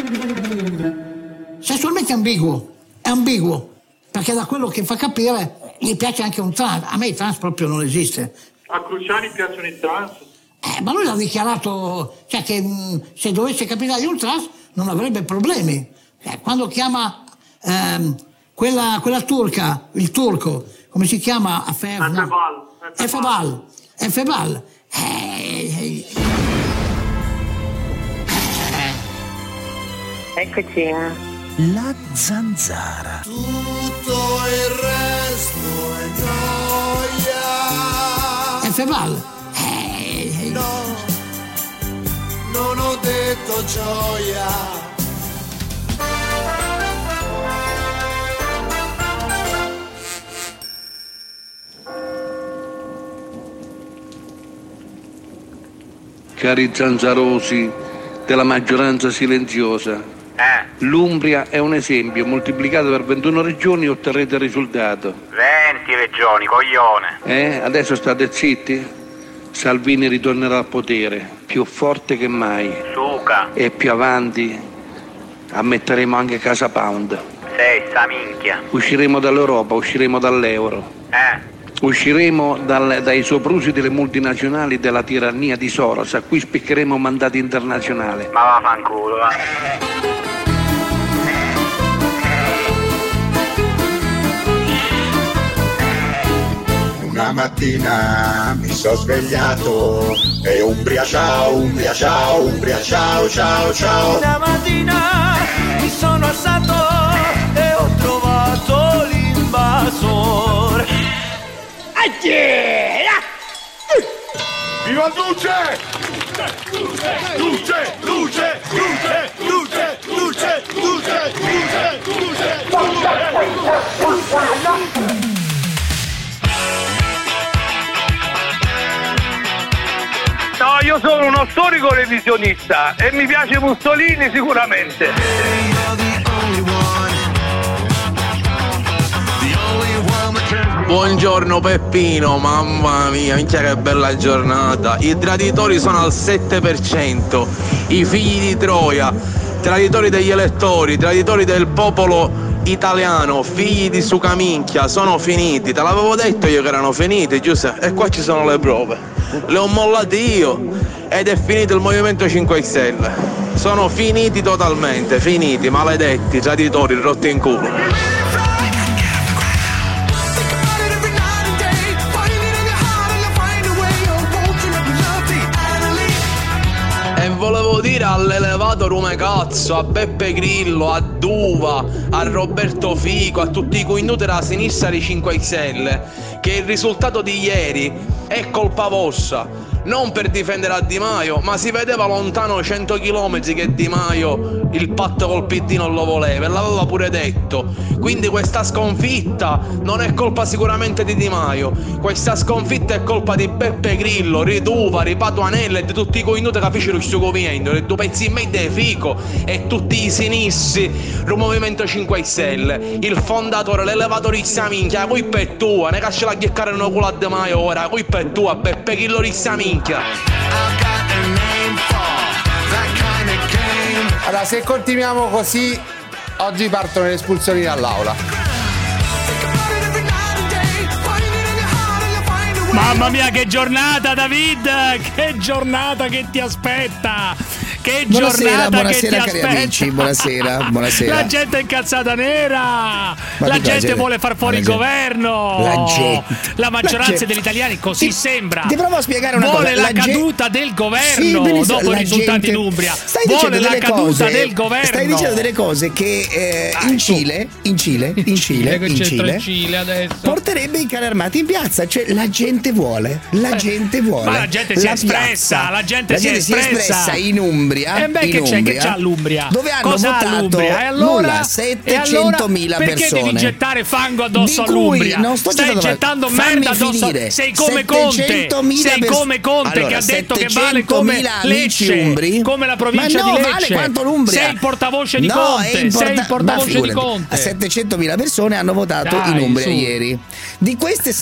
Sessualmente è ambiguo, perché da quello che fa capire gli piace anche un trans. A me i trans proprio non esiste. A Cruciani piacciono i trans? Ma lui l'ha dichiarato, cioè che se dovesse capitare un trans non avrebbe problemi. Quando chiama quella turca, il turco, come si chiama? Efebal. Eccoci. La zanzara. Tutto il resto è gioia. Efebal. No, non ho detto gioia. Cari zanzarosi della maggioranza silenziosa, l'Umbria è un esempio, moltiplicato per 21 regioni otterrete il risultato. 20 regioni, coglione. Adesso state zitti? Salvini ritornerà al potere, più forte che mai. Suca. E più avanti ammetteremo anche Casa Pound. Sei sta minchia. Usciremo dall'Europa, usciremo dall'euro. Usciremo dai soprusi delle multinazionali, della tirannia di Soros, a cui spiccheremo mandati internazionali. Ma vaffanculo, va. Una mattina mi sono svegliato e Umbria ciao, Umbria ciao, Umbria ciao, ciao, ciao. Una mattina mi sono alzato e ho trovato l'invasor. Viva Luce! Luce, luce, luce, luce, luce, luce, luce, luce. No, io sono uno storico revisionista e mi piace Mussolini sicuramente. Buongiorno Peppino, mamma mia, minchia che bella giornata. I traditori sono al 7%, i figli di Troia, traditori degli elettori, traditori del popolo italiano, figli di Sucaminchia, sono finiti. Te l'avevo detto io che erano finiti, Giuseppe, e qua ci sono le prove. Le ho mollate io ed è finito il Movimento 5 Stelle. Sono finiti totalmente, finiti, maledetti, traditori, rotti in culo. Volevo dire all'elevato Rumecazzo, a Beppe Grillo, a Duva, a Roberto Fico, a tutti i coinduti della sinistra di 5 Stelle che il risultato di ieri è colpa vostra. Non per difendere a Di Maio, ma si vedeva lontano 100 km che Di Maio il patto col PD non lo voleva e l'aveva pure detto. Quindi questa sconfitta non è colpa sicuramente di Di Maio, questa sconfitta è colpa di Beppe Grillo, Riduva, Ripatuanella e di tutti i coinduti che fecero questo governo, e due pezzi in me di Fico e tutti i sinissi del Movimento 5 Stelle. Il fondatore, l'elevatorista minchia, qui per tua, ne caccia la ghiaccare una culo a Di Maio ora, qui per tua, Beppe Grillo rissa minchia. Allora, se continuiamo così, oggi partono le espulsioni dall'aula. Mamma mia, che giornata, David! Che giornata che ti aspetta! Che giornata buonasera, che ti cari aspetta! amici, buonasera. La gente è incazzata nera! La gente vuole far fuori il governo! La maggioranza degli italiani, così sembra! Ti provo a spiegare una vuole cosa. La caduta del governo dopo i risultati in Umbria! Vuole la caduta del governo! Stai dicendo delle cose che in Cile porterebbe i carri armati in piazza. Cioè la gente vuole. Ma la gente si è espressa! La gente si è espressa in Umbria. Che c'ha l'Umbria? Dove hanno votato l'Umbria? E allora 700.000 persone. Perché devi gettare fango addosso all'Umbria? Non sto Stai gettando merda addosso. Sei come Conte. Sei come Conte che ha detto che vale come Lecce, come la provincia di Lecce. Vale quanto l'Umbria. Sei il portavoce di Conte. Sei il portavoce di Conte. 700.000 persone hanno votato in Umbria ieri. Di queste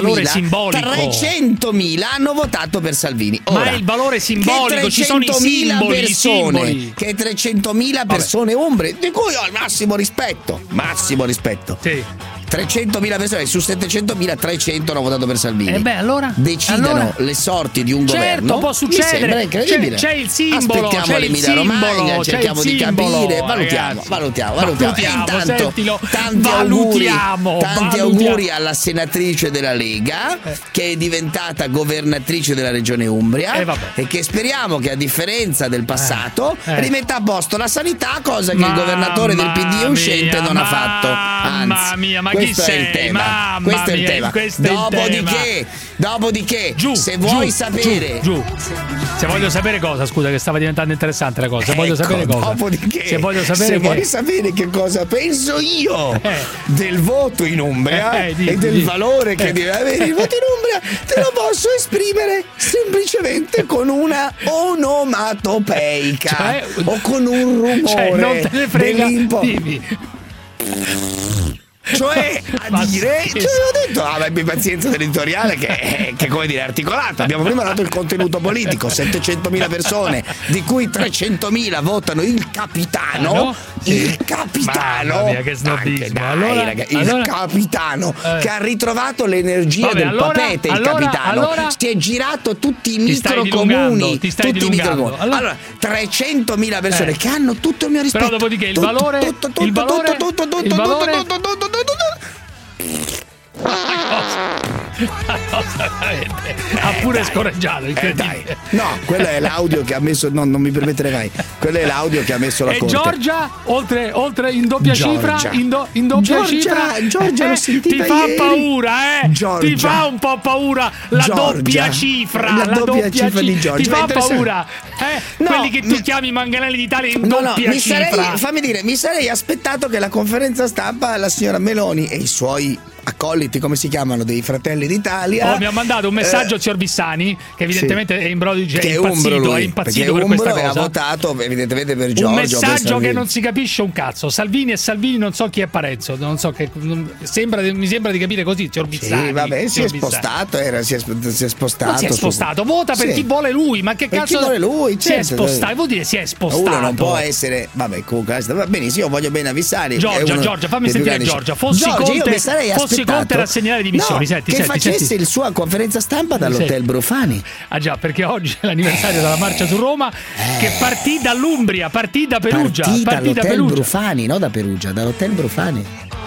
700.000, 300.000 hanno votato per Salvini. Ma è il valore simbolico, ci sono i simboli. persone, che 300.000 persone umbre, di cui ho il massimo rispetto. Sì. 300.000 persone su 700.000, 300 hanno votato per Salvini. Allora decidano le sorti di un governo. Può succedere. Mi sembra incredibile. C'è il simbolo. Aspettiamo l'Emilia Romagna, cerchiamo di capire. Valutiamo. Intanto, tanti auguri alla senatrice della Lega che è diventata governatrice della regione Umbria e che speriamo che, a differenza del passato, rimetta a posto la sanità, cosa che il governatore del PD uscente non ha fatto. Mamma mia, ma questo è il tema. Questo è il tema. Dopodiché, se vuoi sapere, se voglio sapere cosa, scusa, che stava diventando interessante la cosa. Se voglio sapere cosa. Dopodiché, se vuoi sapere che cosa penso io del voto in Umbria e del valore che deve avere il voto in Umbria, te lo posso esprimere semplicemente con una onomatopeica, o con un rumore, non te ne frega, cioè, a dire, ho detto, abbi pazienza dell'editoriale che come dire, articolato. Abbiamo prima dato il contenuto politico, 700.000 persone, di cui 300.000 votano il capitano. Il capitano, mamma mia, che snobismo. Il capitano che ha ritrovato l'energia del papete. Il capitano si è girato tutti i microcomuni. Ti stai dilungando. Allora, 300.000 persone che hanno tutto il mio rispetto. Però dopodiché il valore ha pure scorreggiato, incredibile. No, quello è l'audio che ha messo. No, non mi permetterei mai. Quello è l'audio che ha messo la Corte. E Giorgia, oltre in doppia cifra, in doppia cifra. Giorgia l'ho sentita ti fa ieri. Paura, Giorgia. Ti fa un po' paura la doppia cifra. La doppia cifra di Giorgia. Ti fa paura, No, quelli che tu chiami Manganelli d'Italia in doppia cifra. Fammi dire, mi sarei aspettato che la conferenza stampa la signora Meloni e i suoi accoliti, come si chiamano, dei Fratelli d'Italia. Mi ha mandato un messaggio il signor Bissani, che evidentemente è in brodo, che è impazzito per questa cosa. Ha votato evidentemente per Giorgio. Un messaggio che non si capisce un cazzo. Salvini e Salvini, non so chi è Parenzo, non so che mi sembra di capire così, signor Bissani. Sì, vabbè, si è spostato, si è spostato. Non si è spostato, vota per chi vuole lui, ma che cazzo? Chi vuole lui, si è spostato, vuol dire si è spostato. Uno non può essere, vabbè, comunque va benissimo, io voglio bene a Vissani. Giorgia, fammi sentire Giorgia. Fossi Conte rassegnare le dimissioni, che facesse la sua conferenza stampa dall'Hotel Brufani. Ah già, perché oggi è l'anniversario della marcia su Roma, che partì dall'Umbria, partì da Perugia, partì dall'Hotel Brufani, no da Perugia, dall'Hotel Brufani.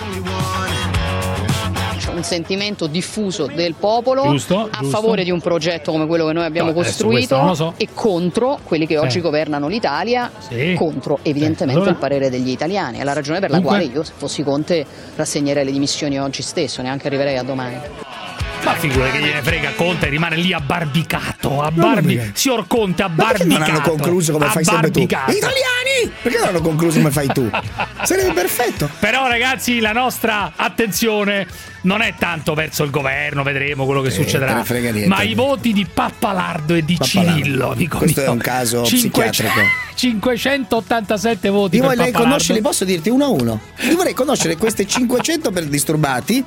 Un sentimento diffuso del popolo giusto. Favore di un progetto come quello che noi abbiamo costruito e contro quelli che oggi governano l'Italia, contro evidentemente il parere degli italiani. È la ragione per la quale io, se fossi Conte, rassegnerei le dimissioni oggi stesso, neanche arriverei a domani. Ma figura che gliene frega, Conte rimane lì abbarbicato, signor Conte abbarbicato. Perché non hanno concluso come fai sempre tu? Italiani! Perché non hanno concluso come fai tu? Sarebbe perfetto. Però ragazzi, la nostra attenzione non è tanto verso il governo, vedremo quello che succederà, ma i voti di Pappalardo e di Cirillo, amico questo mio. È un caso psichiatrico. 587 voti per Pappalardo. Conoscerli, posso dirti uno a uno. Io vorrei conoscere queste 500 per disturbati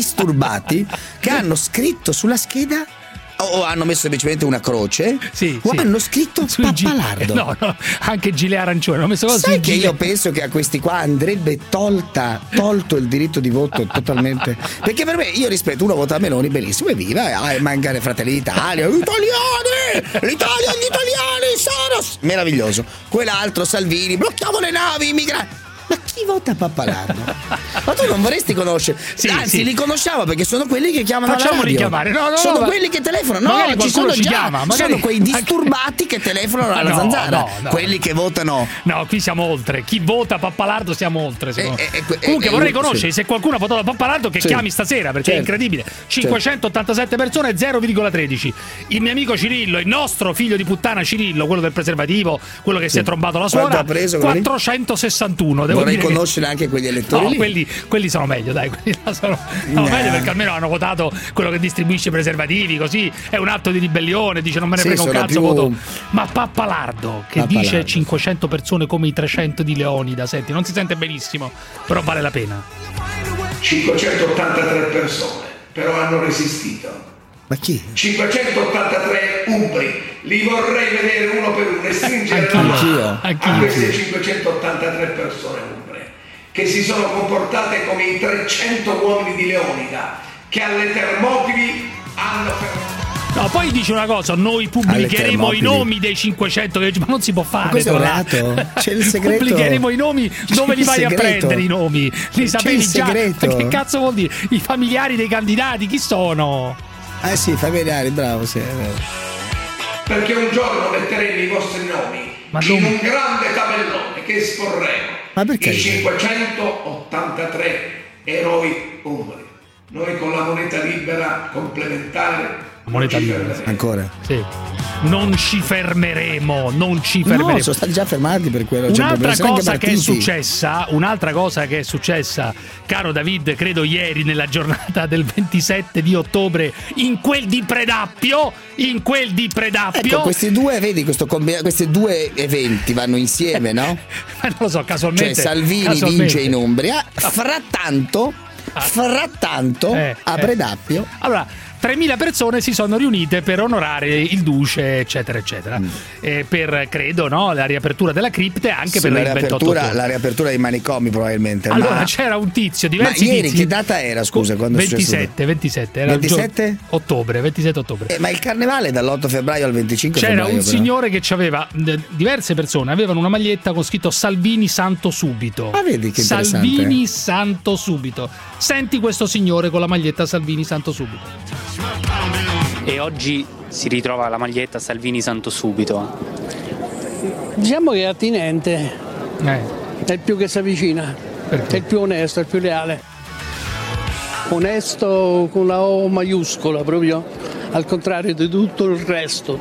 che hanno scritto sulla scheda o hanno messo semplicemente una croce o hanno scritto Pappalardo. No, anche gilet arancione, hanno messo così. Sai che io penso che a questi qua andrebbe tolto il diritto di voto totalmente, perché per me, io rispetto, uno vota a Meloni, benissimo, e viva, mancare Fratelli d'Italia, l'Italia, gli italiani, Soros, meraviglioso. Quell'altro, Salvini, blocchiamo le navi, immigrati. Ma chi vota Pappalardo? Ma tu non vorresti conoscere? Anzi, li conosciamo perché sono quelli che chiamano alla radio. Chiamare. Sono quelli che telefonano. No, ci sono già. Sono quei disturbati che telefonano alla Zanzara. Quelli che votano. No, qui siamo oltre. Chi vota Pappalardo siamo oltre. Comunque vorrei conoscere se qualcuno ha votato Pappalardo che chiami stasera, perché è incredibile. 587 persone, 0,13. Il mio amico Cirillo, il nostro figlio di puttana Cirillo, quello del preservativo, quello che si è trombato la suora, 461. Vorrei conoscere anche quegli elettori. No, quelli sono meglio, dai. Quelli sono meglio perché almeno hanno votato quello che distribuisce preservativi, così è un atto di ribellione, dice non me ne frega un cazzo, voto. Ma Pappalardo che dice 500 persone come i 300 di Leonida, senti, non si sente benissimo, però vale la pena. 583 persone, però hanno resistito. Ma chi? 583 umbri, li vorrei vedere uno per uno e stringere la mano a queste 583 persone umbre che si sono comportate come i 300 uomini di Leonida che alle Termopili hanno fermato. No, poi dice una cosa, noi pubblicheremo i nomi dei 500, ma non si può fare. Questo è un reato? C'è il segreto. Pubblicheremo i nomi, dove li vai a prendere i nomi? Li sapevi già? Che cazzo vuol dire? I familiari dei candidati, chi sono? Sì, familiari, bravo, sì, è vero. Perché un giorno metteremo i vostri nomi in un grande tabellone che esporremo. Ma perché? I 583 eroi umbri. Noi con la moneta libera complementare. Moneta libera. Ancora? Sì. Non ci fermeremo. No, sono stati già fermati per quello. Un'altra cosa che è successa, caro David, credo ieri nella giornata del 27 di ottobre, in quel di Predappio. Ecco, questi due, vedi, questi due eventi vanno insieme, no? Non lo so, casualmente. Cioè Salvini vince in Umbria, frattanto a Predappio. Allora, 3.000 persone si sono riunite per onorare il duce, eccetera, eccetera. Per, credo, no, la riapertura della cripte, anche per il 28 ottobre. La riapertura dei manicomi, probabilmente. Allora, c'era un tizio, diversi ieri tizi. Che data era, scusa? Quando 27, era 27 ottobre, 27 ottobre. Ma il carnevale è dall'8 febbraio al 25 febbraio. C'era un però. signore che aveva, diverse persone avevano una maglietta con scritto Salvini Santo Subito. Ah, vedi che interessante. Salvini Santo Subito. Senti questo signore con la maglietta Salvini Santo Subito. E oggi si ritrova la maglietta Salvini Santo Subito. Diciamo che è attinente, è il più che si avvicina. Perché? È il più onesto, è il più leale. Onesto con la O maiuscola, proprio al contrario di tutto il resto.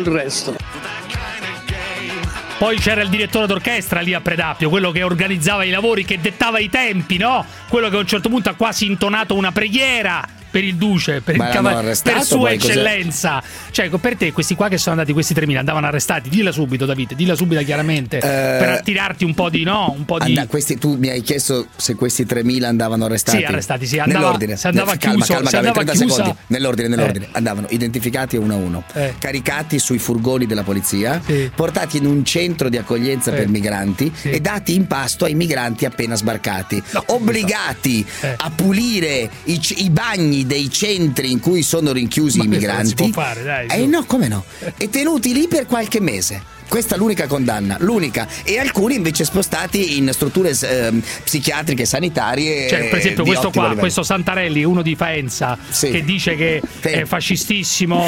Poi c'era il direttore d'orchestra lì a Predappio, quello che organizzava i lavori, che dettava i tempi, no? Quello che a un certo punto ha quasi intonato una preghiera per il duce, per sua eccellenza. Cioè, per te questi qua che sono andati, questi 3.000 andavano arrestati, dilla subito Davide, dilla subito chiaramente, per attirarti un po' di questi, tu mi hai chiesto se questi 3.000 andavano arrestati. Sì, arrestati, sì, nell'ordine. Si andava chiuso, calma, 30 secondi. Nell'ordine. Andavano identificati uno a uno, caricati sui furgoni della polizia, portati in un centro di accoglienza per migranti e dati in pasto ai migranti appena sbarcati, obbligati a pulire i bagni dei centri in cui sono rinchiusi i migranti. Si può fare, dai, no, come no? E tenuti lì per qualche mese. Questa è l'unica condanna, l'unica. E alcuni invece spostati in strutture psichiatriche, sanitarie. Cioè, per esempio, questo qua, livello. Questo Santarelli, uno di Faenza, che dice che è fascistissimo.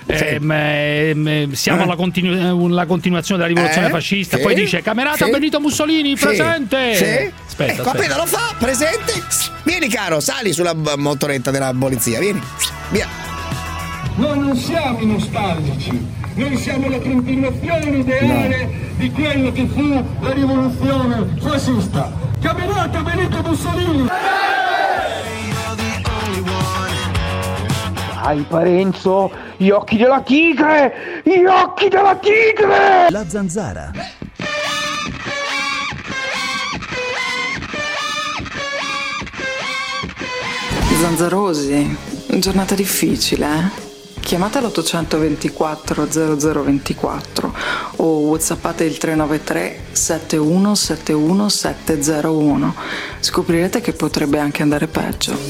Siamo alla continuazione della rivoluzione fascista. Poi dice: Camerata Benito Mussolini, presente. Aspetta, appena lo fa, presente. Vieni, caro, sali sulla motoretta della polizia. Vieni, via. Noi non siamo nostalgici, noi siamo la continuazione ideale di quello che fu la rivoluzione fascista. Camerata Benito Mussolini! Dai Parenzo, gli occhi della tigre! Gli occhi della tigre! La Zanzara. Zanzarosi, giornata difficile, eh? Chiamate l'824 0024 o whatsappate il 393 7171 701. Scoprirete che potrebbe anche andare peggio.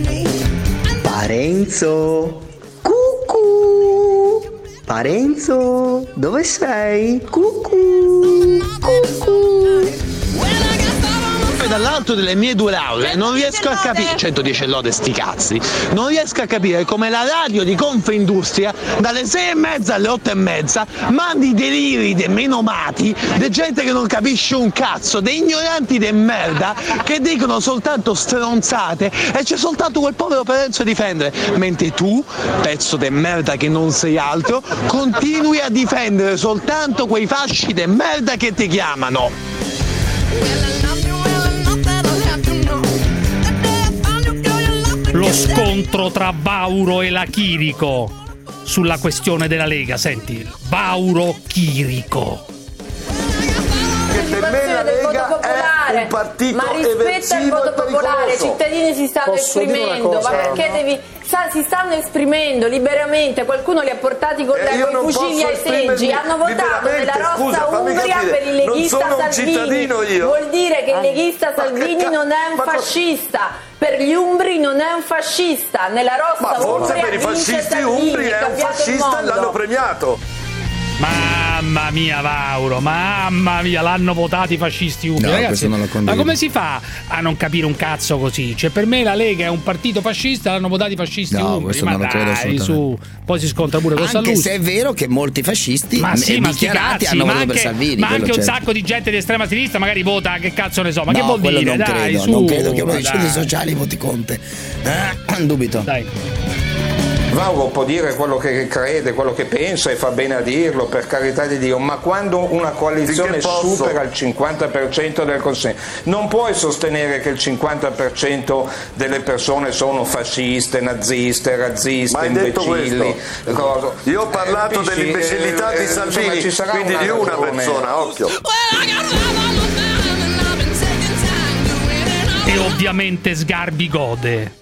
Parenzo! Cucù! Parenzo! Dove sei? Cucù! Cucù! Dall'alto delle mie 2 lauree non riesco a capire 110 lode sti cazzi, non riesco a capire come la radio di Confindustria dalle 6:30 alle 8:30 mandi deliri dei menomati, di gente che non capisce un cazzo, dei ignoranti de merda che dicono soltanto stronzate e c'è soltanto quel povero Parenzo a difendere, mentre tu, pezzo de merda che non sei altro, continui a difendere soltanto quei fasci de merda che ti chiamano. Lo scontro tra Vauro e la Chirico sulla questione della Lega. Senti, Vauro-Chirico. Partecipazione del voto popolare, ma rispetto al voto popolare, i cittadini si stanno esprimendo, ma perché devi si stanno esprimendo liberamente, qualcuno li ha portati con i fucili ai seggi, hanno votato nella rossa Umbria per il leghista Salvini, vuol dire che il leghista Salvini non è un fascista, per gli umbri non è un fascista, nella rossa Umbria per i fascisti umbri è un fascista e l'hanno premiato. Mamma mia, Mauro, mamma mia, l'hanno votato i fascisti umbri. No, ragazzi, non lo ma come si fa a non capire un cazzo così? Cioè, per me la Lega è un partito fascista, l'hanno votato i fascisti umbri. Questo ma non lo credo su, poi si scontra pure con Sallusti. Anche se è vero che molti fascisti dichiarati hanno votato per Salvini. Ma anche un sacco di gente di estrema sinistra magari vota, che cazzo ne so, ma che vuol dire? Non credo che uno dei centri sociali voti Conte. Dubito. Dai. Mauro può dire quello che crede, quello che pensa e fa bene a dirlo, per carità di Dio, ma quando una coalizione supera il 50% del consenso non puoi sostenere che il 50% delle persone sono fasciste, naziste, razziste, imbecilli. Io ho parlato dell'imbecillità di Salvini, quindi di una persona, occhio. E ovviamente Sgarbi gode.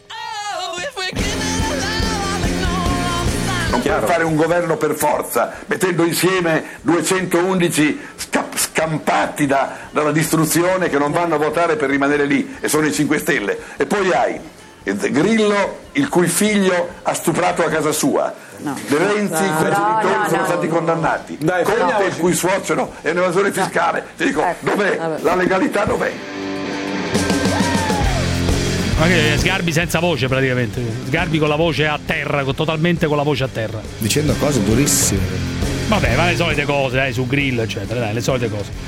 Non puoi fare un governo per forza, mettendo insieme 211 scampati dalla distruzione che non vanno a votare per rimanere lì, e sono i 5 Stelle. E poi hai Grillo, il cui figlio ha stuprato a casa sua. De Renzi, i cui genitori sono stati condannati. Conte, il cui suocero è un evasore fiscale. Ti dico, dov'è? La legalità dov'è? Ma che Sgarbi senza voce praticamente. Sgarbi con la voce a terra, totalmente con la voce a terra. Dicendo cose durissime. Vabbè, ma le solite cose, su Grill, eccetera, dai, le solite cose.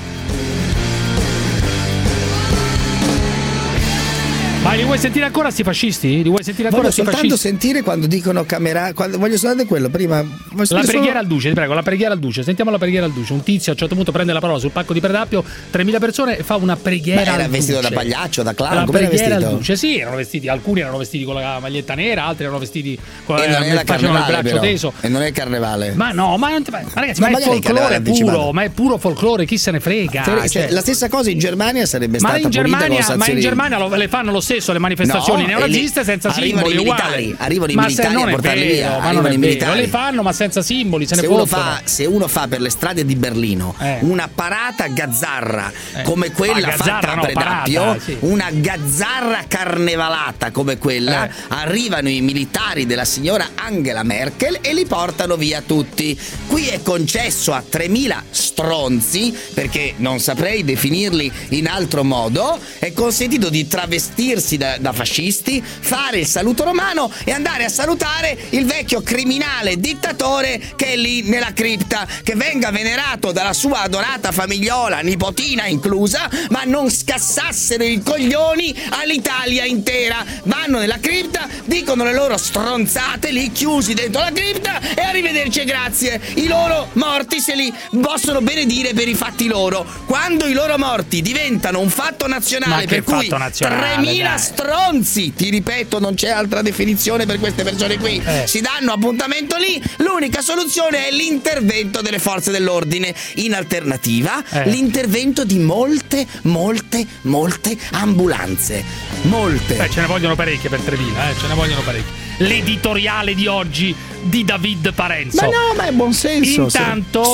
Ma li vuoi sentire ancora sti fascisti? Li vuoi sentire ancora voglio soltanto fascisti? Sentire quando dicono voglio soltanto quello prima. La preghiera al duce, ti prego, la preghiera al duce. Sentiamo la preghiera al duce. Un tizio a un certo punto prende la parola sul palco di Predappio, 3.000 persone, e fa una preghiera al duce. Era vestito da pagliaccio, da clown, come era vestito? Al duce, sì, erano vestiti, alcuni erano vestiti con la maglietta nera, altri erano vestiti con il braccio però. teso. E non è il carnevale. Ma no, ragazzi, ma è folklore puro, ma è puro folklore, chi se ne frega. Cioè, la stessa cosa in Germania sarebbe stata punita con sanzioni. Ma in Germania le fanno lo stesso le manifestazioni neonaziste senza simboli uguali. Arrivano i militari a portarli via. Arrivano i militari. Le fanno ma senza simboli, se uno fa per le strade di Berlino una parata gazzarra come quella fatta a Predappio, una gazzarra carnevalata come quella, arrivano i militari della signora Angela Merkel e li portano via tutti. Qui è concesso a 3.000 stronzi, perché non saprei definirli in altro modo, è consentito di travestirsi da fascisti, fare il saluto romano e andare a salutare il vecchio criminale dittatore che è lì nella cripta, che venga venerato dalla sua adorata famigliola, nipotina inclusa, ma non scassassero i coglioni all'Italia intera. Vanno nella cripta, dicono le loro stronzate lì chiusi dentro la cripta e arrivederci e grazie. I loro morti se li possono benedire per i fatti loro. Quando i loro morti diventano un fatto nazionale, per cui 3.000 stronzi, ti ripeto, non c'è altra definizione per queste persone qui, si danno appuntamento lì, l'unica soluzione è l'intervento delle forze dell'ordine. In alternativa l'intervento di molte ambulanze. Molte. Ce ne vogliono parecchie per 3.000, ce ne vogliono parecchie. L'editoriale di oggi di David Parenzo. Ma no, ma è buon senso. Intanto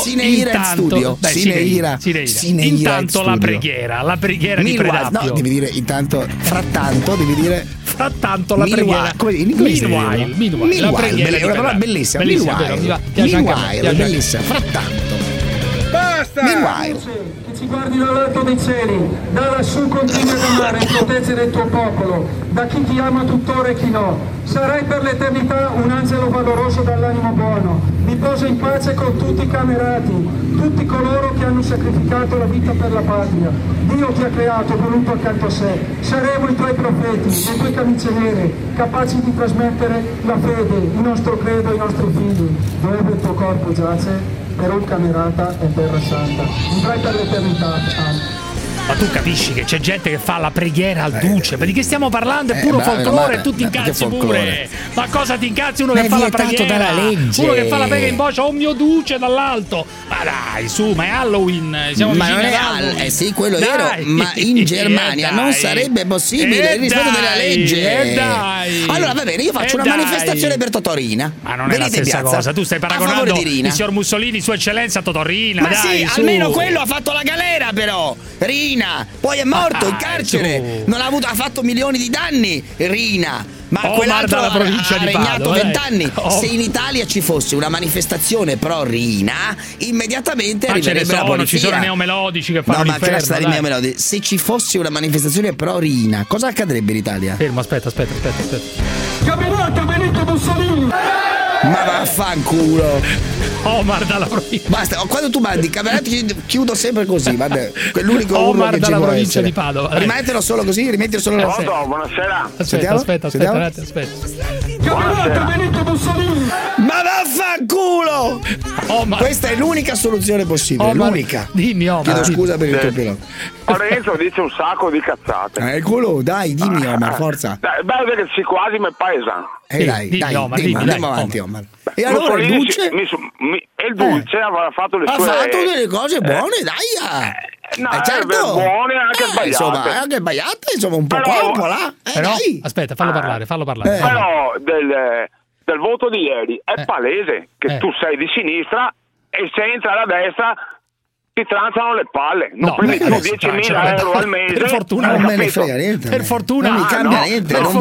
Intanto la preghiera di Predappio. No, devi dire frattanto la preghiera. In inglese meanwhile, la preghiera, una parola bellissima. Meanwhile, bellissima. Frattanto. Basta! Meanwhile. Ci guardi dall'alto dei cieli, da lassù continui ad amare e proteggere il tuo popolo, da chi ti ama tuttora e chi no. Sarai per l'eternità un angelo valoroso dall'animo buono, riposa in pace con tutti i camerati, tutti coloro che hanno sacrificato la vita per la patria. Dio ti ha creato, voluto accanto a sé. Saremo i tuoi profeti, le tue camicie nere, capaci di trasmettere la fede, il nostro credo ai nostri figli. Dove il tuo corpo giace, per un camerata e terra santa. Vivrai per l'eternità. Ma tu capisci che c'è gente che fa la preghiera al duce? Ma di che stiamo parlando? È puro folklore, tu ti incazzi pure. Ma cosa ti incazzi uno che fa la preghiera? Dalla legge. Uno che fa la preghiera in voce, oh mio duce, dall'alto. Ma dai, su, ma è Halloween. Siamo vicini ad Halloween. Sì, quello è vero, ma in Germania non sarebbe possibile il rispetto della legge. Dai. Allora va bene, io faccio una manifestazione per Totorina. Ma non è la stessa cosa, tu stai paragonando il signor Mussolini, sua eccellenza Totorina. Ma dai, sì, su. almeno quello ha fatto la galera però. Rina, poi è morto in carcere. Non ha fatto milioni di danni, Rina. Ma quell'altro ha regnato 20 anni. Se in Italia ci fosse una manifestazione pro Rina, immediatamente arriverebbe la polizia. Ci sono i neomelodici che fanno l'inferno. I neomelodici. Se ci fosse una manifestazione pro Rina, cosa accadrebbe in Italia? Fermo, aspetta. Camerata Benito Mussolini! Ma vaffanculo! Omar dalla provincia. Basta, quando tu mandi camerati chiudo sempre così, guarda, quell'unico urlo che ci dalla può provincia essere. di Padova. Rimettetelo solo così, rimettilo solo la buonasera. Aspetta. Camerata Benito Mussolini! Ma vaffanculo! Questa è l'unica soluzione possibile, l'unica. Dimmi, Omar. Chiedo scusa per il tuo pilota. Lorenzo dice un sacco di cazzate. Il culo, dai, dimmi Omar, forza. Bello che si quasi mi paesa. Dai, andiamo avanti, Omar. E allora il duce? Il duce avrà fatto le sue... Ha fatto delle cose buone, dai! No, certo. Buone anche sbagliate. Insomma, anche sbagliate, insomma, un po' qua, un po' là. Però, dai. aspetta, fallo parlare. Però del voto di ieri è palese che tu sei di sinistra e se entra alla destra ti tranzano le palle. Non prendi più 10.000 euro al mese. Per fortuna non me ne frega niente. Per fortuna non mi cambia niente. Non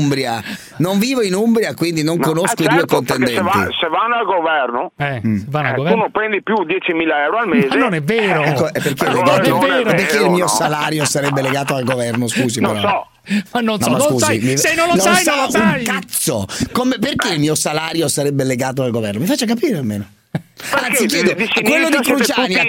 vivo in Umbria, quindi non conosco i due contendenti. Se vanno al governo, tu non prendi più 10.000 euro al mese. Ma non è vero. Ecco, è perché il mio salario sarebbe legato al governo, scusi. Non so. Ma non so, non sai. Se non lo sai, non lo sai. Cazzo! Perché il mio salario sarebbe legato al governo? Mi faccia capire almeno. Anzi, chiedo, quello di Cruciani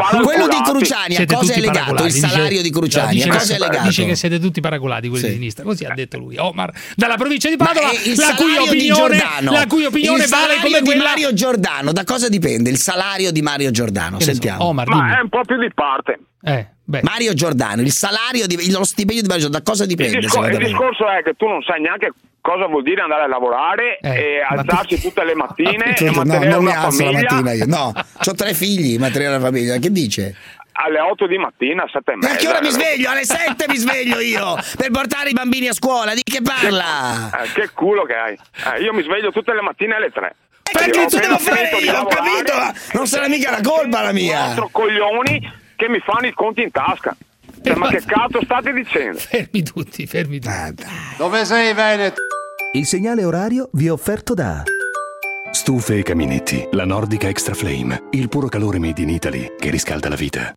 a cosa è legato? Il salario di Cruciani a cosa è legato? Dice che siete tutti paraculati quelli di sinistra, così ha detto lui. Omar dalla provincia di Padova, la cui opinione vale come quella di Mario Giordano. Da cosa dipende il salario di Mario Giordano? Sentiamo. Omar, ma è un po' più di parte. Mario Giordano, il salario lo stipendio di Mario Giordano, da cosa dipende? Il discorso è che tu non sai neanche cosa vuol dire andare a lavorare e alzarsi tutte le mattine e mantenere una famiglia. La mattina io. No, ho 3 figli, mantenere la famiglia. Che dice? Alle 8 di mattina, 7:30. Ma a che ora mi sveglio? Alle 7 mi sveglio io per portare i bambini a scuola. Di che parla? Che culo che hai. Io mi sveglio tutte le mattine alle 3. Perché tu devo fare io? Ho capito, non sarà mica la colpa la mia. 4 coglioni che mi fanno i conti in tasca. Ma che cazzo state dicendo? Fermi tutti. Dove sei, Veneto? Il segnale orario vi è offerto da Stufe e Caminetti, la Nordica Extra Flame, il puro calore made in Italy che riscalda la vita.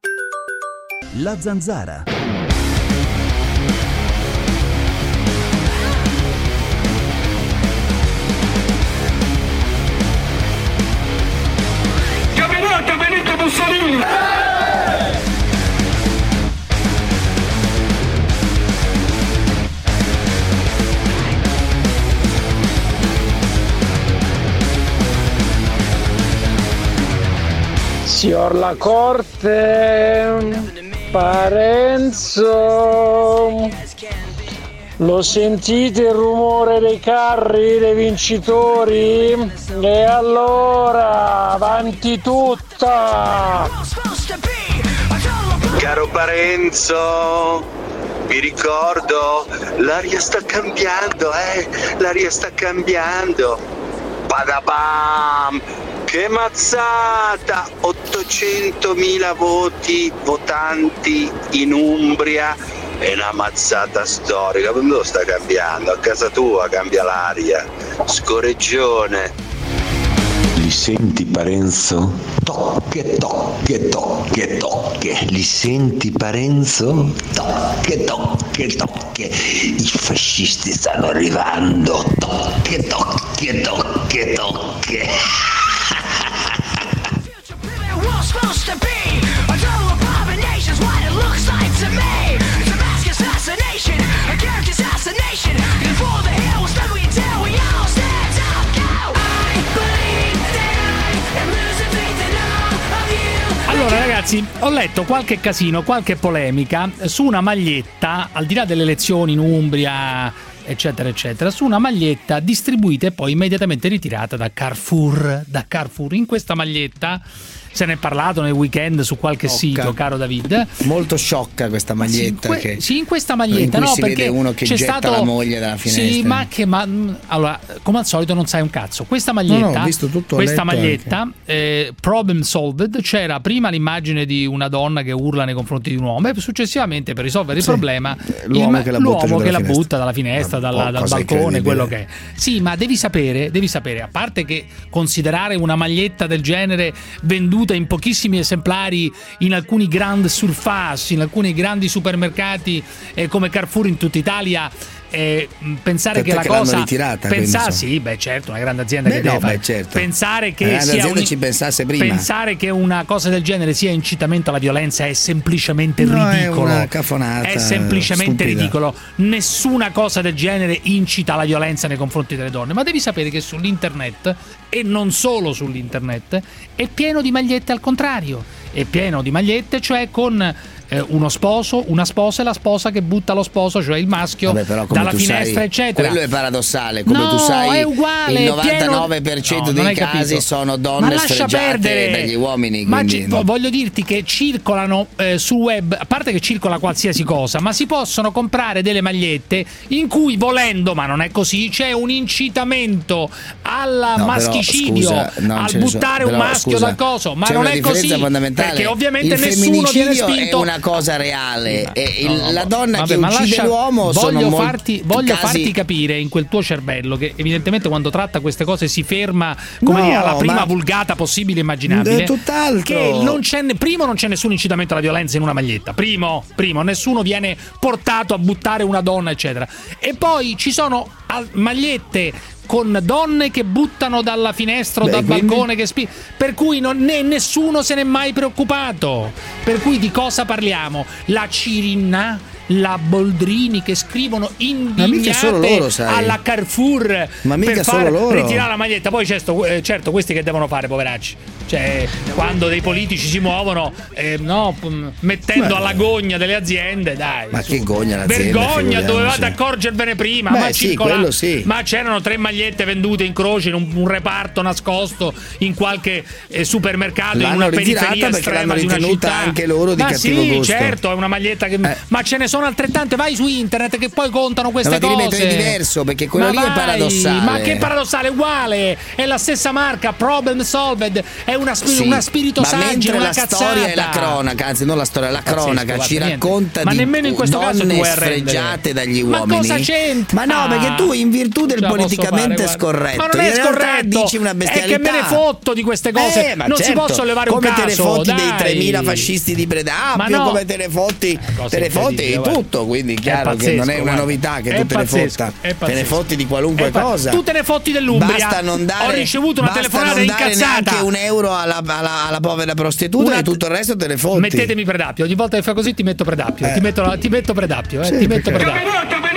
La Zanzara. Camerata Benito Mussolini! Signor La Corte, Parenzo, lo sentite il rumore dei carri dei vincitori? E allora, avanti tutta! Caro Parenzo, vi ricordo, l'aria sta cambiando, l'aria sta cambiando. Badabam! Che mazzata! 800.000 votanti in Umbria, è una mazzata storica. Per me sta cambiando, a casa tua cambia l'aria. Scorreggione. Li senti Parenzo? Tocche. Li senti Parenzo? Tocche. I fascisti stanno arrivando. Tocche. Allora ragazzi, Ragazzi, ho letto qualche casino, qualche polemica su una maglietta, al di là delle elezioni in Umbria, eccetera, eccetera, su una maglietta distribuita e poi immediatamente ritirata da Carrefour. In questa maglietta se ne è parlato nel weekend su qualche sito, caro David. Molto sciocca questa maglietta. In questa maglietta, no, si perché vede uno che c'è getta stato la moglie dalla finestra. Sì, allora, come al solito non sai un cazzo. Questa maglietta, ho visto tutto, questa maglietta problem solved, c'era prima l'immagine di una donna che urla nei confronti di un uomo e successivamente, per risolvere il problema, l'uomo che la butta dalla finestra, dal balcone, quello che è. Sì, ma devi sapere, a parte che considerare una maglietta del genere venduta in pochissimi esemplari in alcuni grandi surface, in alcuni grandi supermercati come Carrefour in tutta Italia, pensare che la cosa sì, certo, una grande azienda che deve fare. Certo. Pensare che ci pensasse prima. Pensare che una cosa del genere sia incitamento alla violenza è semplicemente ridicolo. È una cafonata. È semplicemente stupida. ridicolo. Nessuna cosa del genere incita alla violenza nei confronti delle donne, ma devi sapere che sull'internet, e non solo sull'internet, è pieno di magliette al contrario. È pieno di magliette, cioè con uno sposo, una sposa e la sposa che butta lo sposo, cioè il maschio, dalla finestra, eccetera. Quello è paradossale, come tu sai, è uguale, il 99% dei casi sono donne sfregiate dagli uomini. Ma voglio dirti che circolano sul web, a parte che circola qualsiasi cosa, ma si possono comprare delle magliette in cui, volendo, ma non è così, c'è un incitamento al maschicidio, al buttare un maschio dal coso, ma non è così, perché ovviamente nessuno viene spinto. È una cosa reale. La donna che uccide l'uomo voglio farti capire in quel tuo cervello che evidentemente quando tratta queste cose si ferma alla prima vulgata possibile e immaginabile. È tutt'altro. Che non c'è nessun incitamento alla violenza in una maglietta. Primo, nessuno viene portato a buttare una donna, eccetera. E poi ci sono magliette con donne che buttano dalla finestra o dal balcone, per cui nessuno se n'è mai preoccupato. Per cui di cosa parliamo? La Cirinna, la Boldrini che scrivono indignate alla Carrefour per far ritirare la maglietta. Poi certo questi che devono fare, poveracci, cioè quando dei politici si muovono mettendo alla gogna delle aziende, dai, ma che gogna l'azienda, vergogna, dovevate accorgervene prima. Ma c'erano 3 magliette vendute in croce in un reparto nascosto in qualche supermercato, in una periferia estrema di una città, anche loro di cattivo gusto. Certo, è una maglietta che ma ce ne sono altrettante, vai su internet che poi contano queste cose. Ma devi mettere diverso, perché quello lì è paradossale. Ma che paradossale, uguale, è la stessa marca, problem solved, è uno spirito saggio, una cazzata. La storia è la cronaca, anzi non la storia, la cronaca ci racconta ma di nemmeno in questo caso donne sfregiate dagli uomini. Ma cosa c'entra? Ma no, perché tu in virtù del politicamente scorretto, ma non è scorretto, dici una bestialità. È che me ne fotto di queste cose, non si posso levare un caso. Come te ne fotti dei 3.000 fascisti di Predappio, come te ne fotti di tutto, quindi chiaro che non è una novità che tu te ne fotta, te ne fotti di qualunque cosa. Tu te ne fotti dell'Umbria. Basta non dare, ho ricevuto una telefonata incazzata, neanche €1 alla povera prostituta e tutto il resto te ne fotti. Mettetemi Predappio, ogni volta che fa così ti metto Predappio, ti metto Predappio, ti metto Predappio.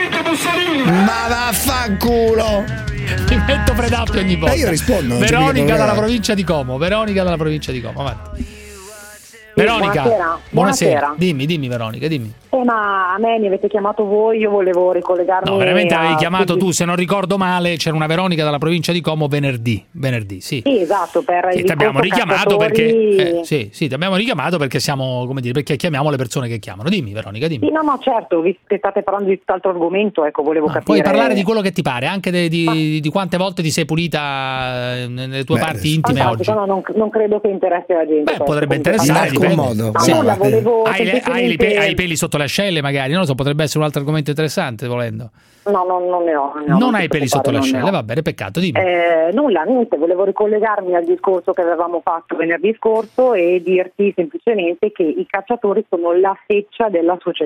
Ma vaffanculo. Ti metto Predappio ogni volta. Io rispondo. Veronica dalla provincia di Como, avanti. Veronica, buonasera. Dimmi Veronica, dimmi. Ma a me mi avete chiamato voi, io volevo ricollegarmi. No, veramente avevi chiamato tu, se non ricordo male, c'era una Veronica dalla provincia di Como venerdì, sì. Sì, esatto, ti abbiamo richiamato perché ti abbiamo richiamato perché siamo, come dire, perché chiamiamo le persone che chiamano. Dimmi Veronica, dimmi. Sì, no, certo, visto che state parlando di tutt'altro argomento, ecco, volevo capire. Puoi parlare di quello che ti pare, anche di quante volte ti sei pulita nelle tue parti intime oggi. No, non credo che interessi la gente. Potrebbe interessare, in modo. Hai i peli sotto le ascelle magari, non lo so, potrebbe essere un altro argomento interessante volendo. No, non ne ho. Non hai peli sotto le ascelle, va bene, peccato, dimmi. Niente, volevo ricollegarmi al discorso che avevamo fatto venerdì scorso e dirti semplicemente che i cacciatori sono la feccia della società.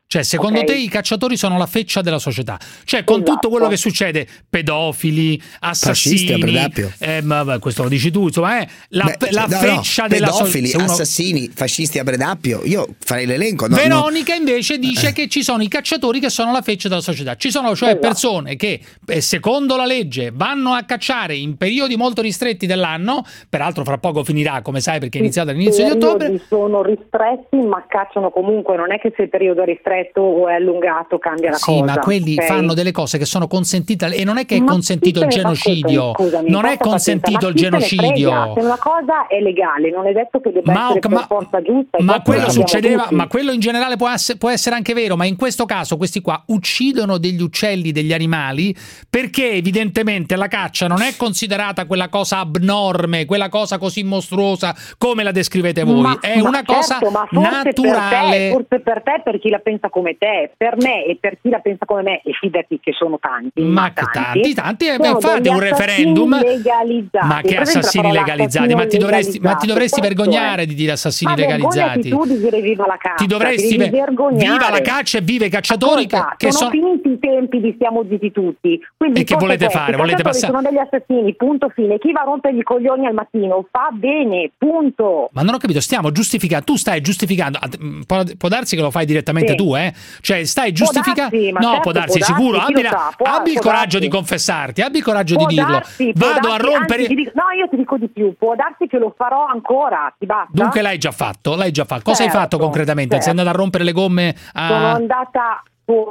Cioè, secondo te i cacciatori sono la feccia della società? Cioè, con tutto quello che succede, pedofili, assassini, questo lo dici tu, insomma, la feccia della società. Pedofili, assassini, fascisti a Predappio, io farei l'elenco. Veronica invece dice che ci sono i cacciatori che sono la feccia della società. Ci sono cioè persone che, secondo la legge, vanno a cacciare in periodi molto ristretti dell'anno, peraltro fra poco finirà, come sai, perché è iniziato all'inizio di ottobre. Sono ristretti, ma cacciano comunque, non è che se il periodo è ristretto o è allungato cambia la cosa. Sì, ma quelli fanno delle cose che sono consentite, e non è che è consentito il genocidio. Non è consentito il genocidio. Se una cosa è legale, non è detto che debba essere per forza giusta. Ma quello succedeva, ma quello in generale può essere anche vero, ma in questo caso questi qua uccidono degli uccelli, degli animali, perché evidentemente la caccia non è considerata quella cosa abnorme, quella cosa così mostruosa come la descrivete voi, è una cosa naturale. Forse per te, per chi la pensa come te, per me e per chi la pensa come me, e fidati che sono tanti, tanti, fate un referendum. Ma che assassini legalizzati? Ma ti dovresti vergognare di dire assassini legalizzati. Tu di dire viva la caccia. Ti dovresti viva la caccia e viva i cacciatori. Che sono finiti i tempi di stiamo zitti tutti. Quindi e che volete fare? Volete passare? Sono degli assassini, punto fine. Chi va a rompergli i coglioni al mattino fa bene, punto. Ma non ho capito, stiamo giustificando, tu stai giustificando, può darsi che lo fai direttamente tu, cioè stai giustificando, può darsi sicuro, abbi il coraggio di confessarti, abbi il coraggio di dirlo. Vado a rompere, io ti dico di più, può darsi che lo farò ancora, ti basta? Dunque l'hai già fatto, cosa hai fatto concretamente? Sei andata a rompere le gomme sono andata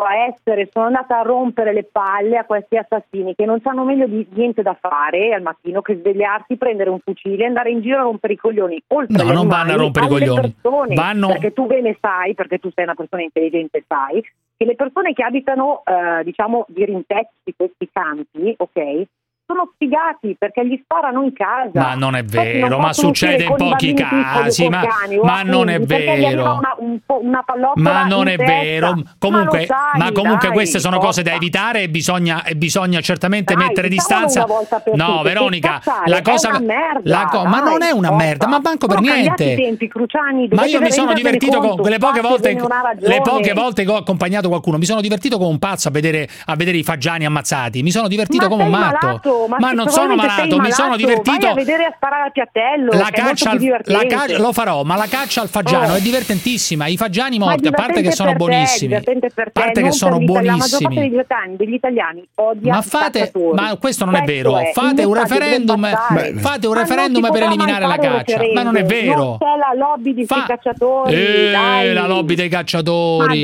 a rompere le palle a questi assassini che non sanno meglio di niente da fare al mattino che svegliarsi, prendere un fucile e andare in giro a rompere i coglioni. Oltre non vanno a rompere i coglioni, perché tu bene sai, perché tu sei una persona intelligente, sai che le persone che abitano diciamo di rimpetto di questi campi, ok, sono sfigati perché gli sparano in casa. Ma non è vero, ma succede in pochi casi, ma non è vero. Una ma non è vero. Comunque, queste sono cose da evitare e bisogna certamente mettere distanza. No, Veronica, la cosa ma non è una merda, ma manco per niente. Ma io mi sono divertito con le poche volte che ho accompagnato qualcuno, mi sono divertito come un pazzo a vedere i fagiani ammazzati, mi sono divertito come un matto. Ma non sono malato, mi sono divertito. Vai a vedere a sparare al piattello. La caccia lo farò, ma la caccia al fagiano è divertentissima. I fagiani morti, a parte che sono buonissimi, La maggior parte degli italiani odia ma questo non è vero. Fate un referendum per eliminare la caccia. Ma non è vero. Non c'è la lobby di cacciatori. La lobby dei cacciatori,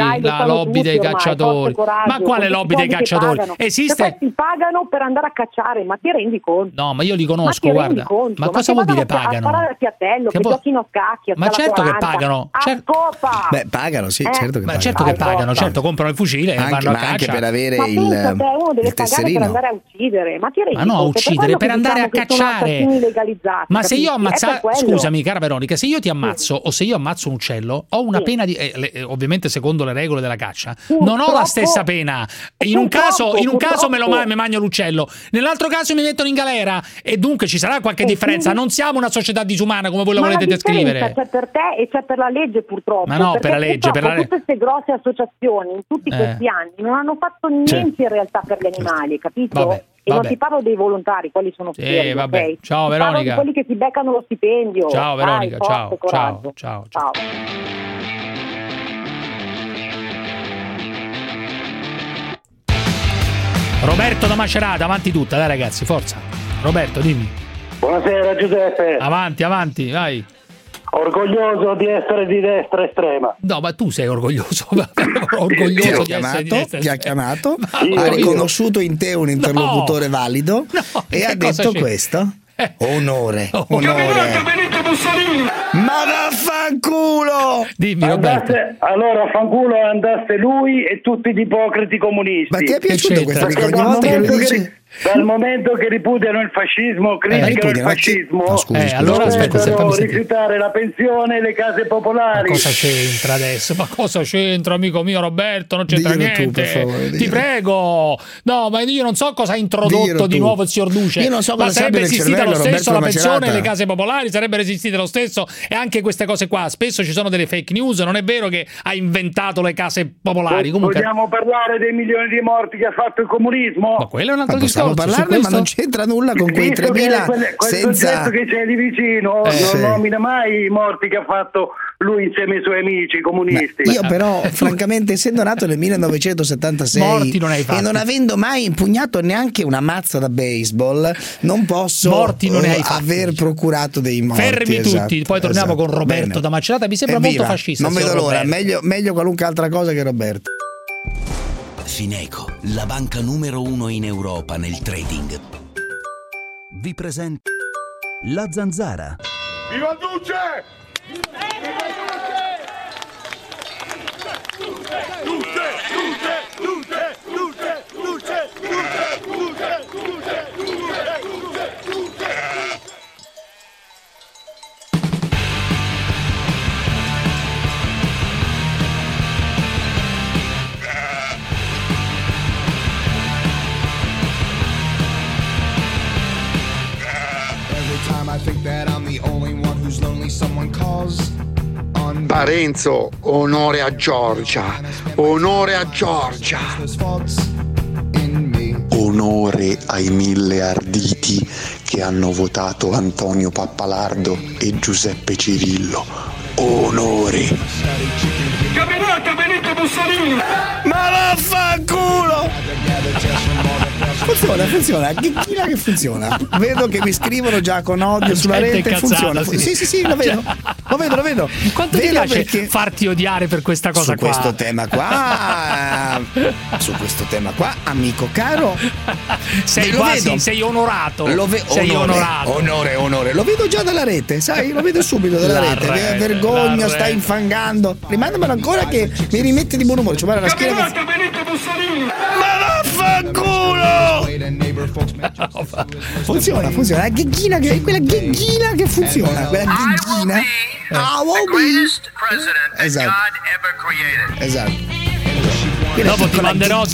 Ma quale lobby dei cacciatori? Esiste? Questi pagano per andare a cacciare. Ma ti rendi conto? No, ma io li conosco, guarda. Ma cosa vuol dire pagano? Al piattello, che giochino a scacchi, ma certo 40, che pagano. Beh, pagano, sì, certo che pagano. Certo che pagano, certo, comprano il fucile e vanno a caccia. Anche per avere uno deve pagare per andare a uccidere. Ma ti rendi conto? Ma no, a uccidere, per andare a cacciare. Ma se io scusami, cara Veronica, se io ti ammazzo o se io ammazzo un uccello, ho una pena di ovviamente secondo le regole della caccia, non ho la stessa pena. In un caso me mangio l'uccello, nell'altro caso mi mettono in galera, e dunque ci sarà qualche differenza. Non siamo una società disumana come voi la volete descrivere. C'è per te e c'è per la legge, purtroppo. Ma no, per la legge, tutte queste grosse associazioni in tutti questi anni non hanno fatto niente in realtà per gli animali, capito? E non ti parlo dei volontari, quelli sono fermi, okay? Ciao Veronica. Parlo di quelli che ti beccano lo stipendio. Ciao Veronica, ciao. Roberto da Macerata, avanti tutta, dai ragazzi, forza. Roberto, dimmi. Buonasera Giuseppe. Avanti, vai. Orgoglioso di essere di destra estrema. No, ma tu sei orgoglioso. Orgoglioso di essere di destra estrema. Ti ha chiamato, ha riconosciuto in te un interlocutore valido e ha detto questo. Onore. Ma vaffanculo! Dimmi, Roberto. Allora fanculo andasse lui e tutti gli ipocriti comunisti. Ma ti è piaciuto questo? Perché ogni volta che lui dice Dal momento che ripudiano il fascismo, criticano il fascismo, allora dovrebbero rifiutare la pensione e le case popolari. Ma cosa c'entra adesso? Ma cosa c'entra, amico mio Roberto? Non c'entra niente. Tu, per favore, ti prego. No, ma io non so cosa ha introdotto di nuovo il signor Duce. Io non so cosa ma sarebbe esistita lo stesso la pensione e le case popolari, sarebbero esistite lo stesso e anche queste cose qua. Spesso ci sono delle fake news, non è vero che ha inventato le case popolari. Comunque... Vogliamo parlare dei milioni di morti che ha fatto il comunismo? Ma quello è un altro discorso. Parlarne, ma non c'entra nulla con quei 3.000 quel senza... soggetto che c'è lì vicino non nomina mai i morti che ha fatto lui insieme ai suoi amici comunisti. Io però francamente, essendo nato nel 1976 morti non hai fatti. E non avendo mai impugnato neanche una mazza da baseball, non posso morti non ne hai fatti. Aver procurato dei morti. Fermi tutti, poi torniamo con Roberto da Macerata, mi sembra molto fascista. Non vedo l'ora, meglio qualunque altra cosa che Roberto. Fineco, la banca numero 1 in Europa nel trading, vi presenta La Zanzara. Viva il Duce! Parenzo, onore a Giorgia, onore a Giorgia. Onore ai 1000 arditi che hanno votato Antonio Pappalardo e Giuseppe Cirillo. Onore. Capitano Benito Mussolini! Ma vaffanculo! Funziona, china che funziona. Vedo che mi scrivono già con odio sulla rete, funziona. Sì, lo vedo. Quanto ti piace farti odiare per questa cosa qua? Su questo tema qua, amico caro, sei onorato. Onore. Lo vedo già dalla rete, sai? Lo vedo subito dalla rete. Vergogna, sta infangando. Rimandamelo ancora che mi rimette di buon umore. Cioè, guarda la schiena. Ma vaffanculo! Funziona. La ghegghina quella ghegghina che funziona. Quella ghegghina. Esatto. Dopo ti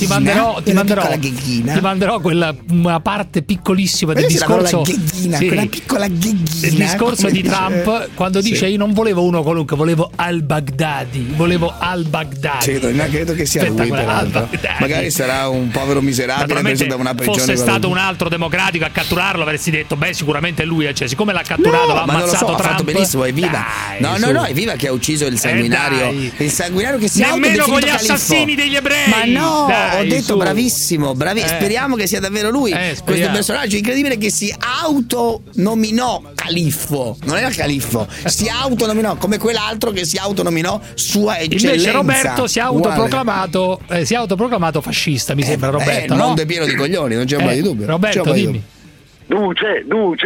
manderò una parte piccolissima del discorso. Quella piccola gheghina. Il discorso di Trump quando dice io non volevo uno qualunque, volevo al-Baghdadi. Credo che sia lui, peraltro. Magari sarà un povero miserabile preso da una prigione. Fosse stato un altro democratico a catturarlo, avresti detto beh, sicuramente è lui, cioè siccome l'ha catturato, l'ha ammazzato Trump. Ha fatto benissimo, è viva. No, è viva che ha uciso il sanguinario. Il sanguinario che si ha nemmeno con gli assassini degli ebrei. Ma no, ho detto bravissimo. Speriamo che sia davvero lui. Questo personaggio incredibile che si autonominò califfo. Non era califfo, si autonominò come quell'altro che si autonominò Sua Eccellenza. Invece Roberto si è autoproclamato fascista, mi sembra Roberto. Non è pieno di coglioni, non c'è un po' di dubbio. Roberto, dimmi. Duce.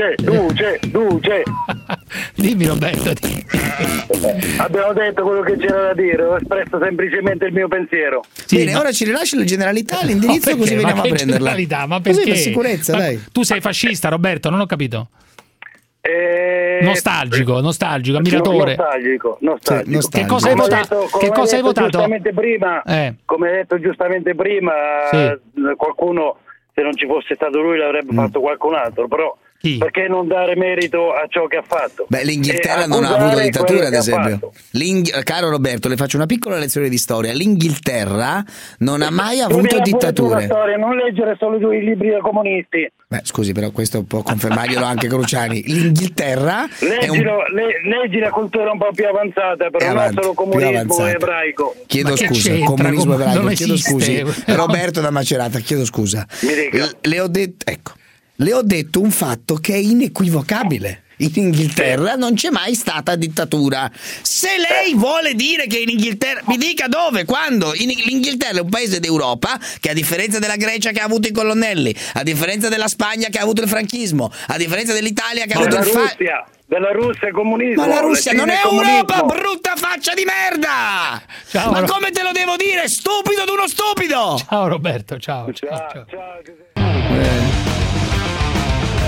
Dimmi Roberto. Abbiamo detto quello che c'era da dire, ho espresso semplicemente il mio pensiero. Bene, ora ci rilasci le generalità, l'indirizzo, così veniamo a prenderla. Ma perché? Così per sicurezza, dai. Tu sei fascista, Roberto, non ho capito. Nostalgico, ammiratore. Nostalgico. Che cosa hai votato? Come hai detto giustamente prima, qualcuno, se non ci fosse stato lui, l'avrebbe fatto qualcun altro, però perché non dare merito a ciò che ha fatto? Beh, l'Inghilterra non ha avuto dittatura, ad esempio. Caro Roberto, le faccio una piccola lezione di storia. L'Inghilterra non ha mai avuto dittature. Storia, non leggere solo i libri da comunisti. Beh, scusi, però questo può confermarglielo anche Cruciani. L'Inghilterra leggi la cultura un po' più avanzata, però non solo comunismo ebraico. Chiedo scusa, comunismo ebraico, chiedo scusi. Roberto da Macerata, chiedo scusa. Le ho detto un fatto che è inequivocabile. In Inghilterra non c'è mai stata dittatura. Se lei vuole dire che in Inghilterra, mi dica dove, quando. L'Inghilterra è un paese d'Europa che, a differenza della Grecia che ha avuto i colonnelli, a differenza della Spagna che ha avuto il franchismo, a differenza dell'Italia che ha avuto della Russia il comunismo. Ma la Russia non è Europa, brutta faccia di merda! Ciao, ma come te lo devo dire? Stupido d'uno stupido! Ciao Roberto, ciao.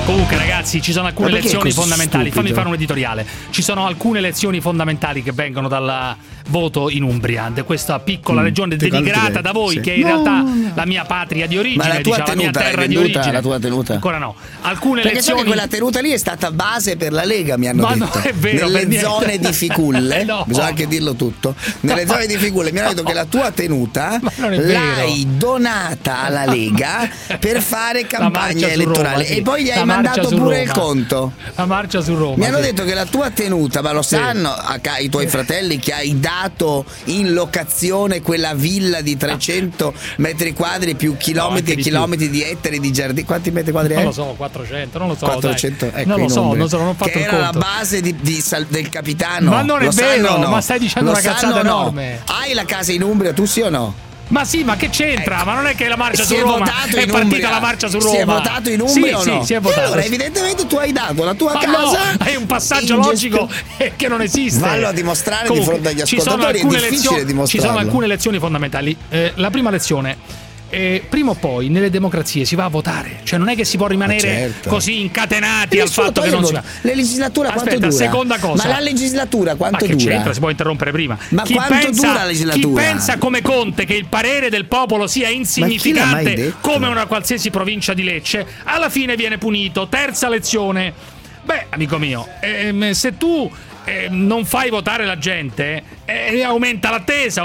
Comunque ragazzi, ci sono alcune lezioni fondamentali. Fammi fare un editoriale. Ci sono alcune lezioni fondamentali che vengono dal voto in Umbria, questa piccola regione denigrata da voi, che è in realtà la mia patria di origine, ma la tua la mia terra di origine. La tua tenuta? Ancora no. Alcune perché lezioni. So che quella tenuta lì è stata base per la Lega, mi hanno detto. No, è vero, nelle zone di Ficulle, no. bisogna anche dirlo tutto. Nelle zone di Ficulle mi hanno detto che la tua tenuta l'hai donata alla Lega per fare campagna elettorale, Roma, sì. E poi gli hai mandato pure il conto. La marcia su Roma. Mi hanno detto che la tua tenuta, ma lo sanno i tuoi fratelli, che hai dato in locazione quella villa di 300 metri quadri più chilometri e chilometri di ettari di giardini. Quanti metri quadri è? Non lo so, 400, non lo so. 400, ecco, non lo so, non ho fatto che il era conto. La base del capitano. Ma non è vero, no? Ma stai dicendo una cazzata enorme. Hai la casa in Umbria, tu sì o no? Ma sì, ma che c'entra? Ecco. Ma non è che la marcia su Roma è partita la marcia su Roma. Si è votato in Umbria o no? Sì, si è votato. Allora evidentemente tu hai dato la tua casa. No, è un passaggio logico che non esiste. Vallo a dimostrare di fronte agli ascoltatori, è difficile dimostrarlo. Ci sono alcune lezioni fondamentali. La prima lezione: prima o poi nelle democrazie si va a votare, cioè non è che si può rimanere così incatenati al fatto che non si va. La legislatura quanto dura? Seconda cosa. Ma la legislatura quanto dura? Ma che dura? c'entra? Si può interrompere prima. Ma quanto dura la legislatura? Chi pensa come Conte che il parere del popolo sia insignificante come una qualsiasi provincia di Lecce, alla fine viene punito. Terza lezione: beh, amico mio, se tu non fai votare la gente, aumenta l'attesa,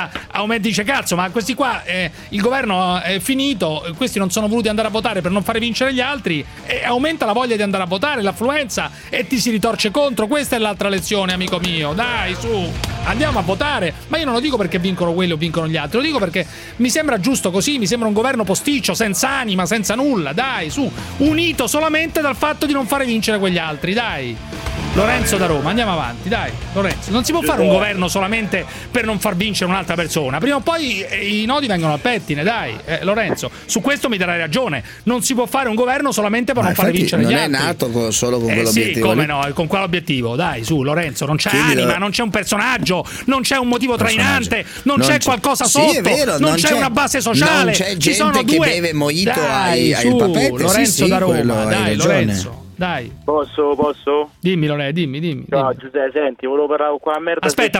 dice cazzo, ma questi qua il governo è finito, questi non sono voluti andare a votare per non fare vincere gli altri, e aumenta la voglia di andare a votare, l'affluenza, e ti si ritorce contro. Questa è l'altra lezione, amico mio. Dai, su, andiamo a votare. Ma io non lo dico perché vincono quelli o vincono gli altri, lo dico perché mi sembra giusto così, mi sembra un governo posticcio, senza anima, senza nulla. Dai, su, unito solamente dal fatto di non fare vincere quegli altri. Dai, Lorenzo da Roma, andiamo avanti, dai. Lorenzo, non si può fare un governo solamente per non far vincere un'altra persona. Prima o poi i nodi vengono al pettine, dai. Lorenzo, su questo mi darai ragione. Non si può fare un governo solamente per non fare vincere gli altri. Non è nato solo con quell'obiettivo. Sì, come no, con quell'obiettivo. Dai, su, Lorenzo, non c'è anima, non c'è un personaggio, non c'è un motivo trainante, non c'è qualcosa sotto, sì, è vero, non c'è una base sociale. Non c'è gente che beve mojito ai papette. Lorenzo da Roma, dai, Lorenzo. Dai. Posso? Dimmi, Lore, dimmi. No, Giuseppe, senti, volevo parlare con quella merda. Aspetta,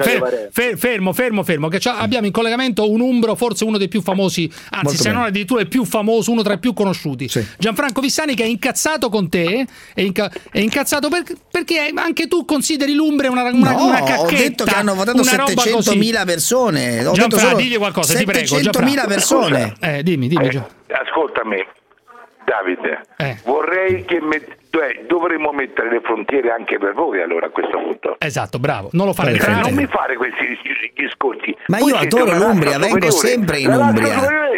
fermo, che abbiamo in collegamento un umbro, forse uno dei più famosi, anzi, molto se bene. Non addirittura il più famoso, uno tra i più conosciuti. Sì. Gianfranco Vissani, che è incazzato con te, è incazzato perché anche tu consideri l'Umbria una cacchetta. Ho detto che hanno votato 700.000 persone. Gianfranco, digli qualcosa, ti prego. 700.000 persone. Dimmi. Ascoltami, Davide, vorrei che dovremmo mettere le frontiere anche per voi, allora, a questo punto. Esatto, bravo. Non lo fare entrare. Non mi fare questi discorsi. Ma io adoro l'Umbria, vengo sempre in Umbria.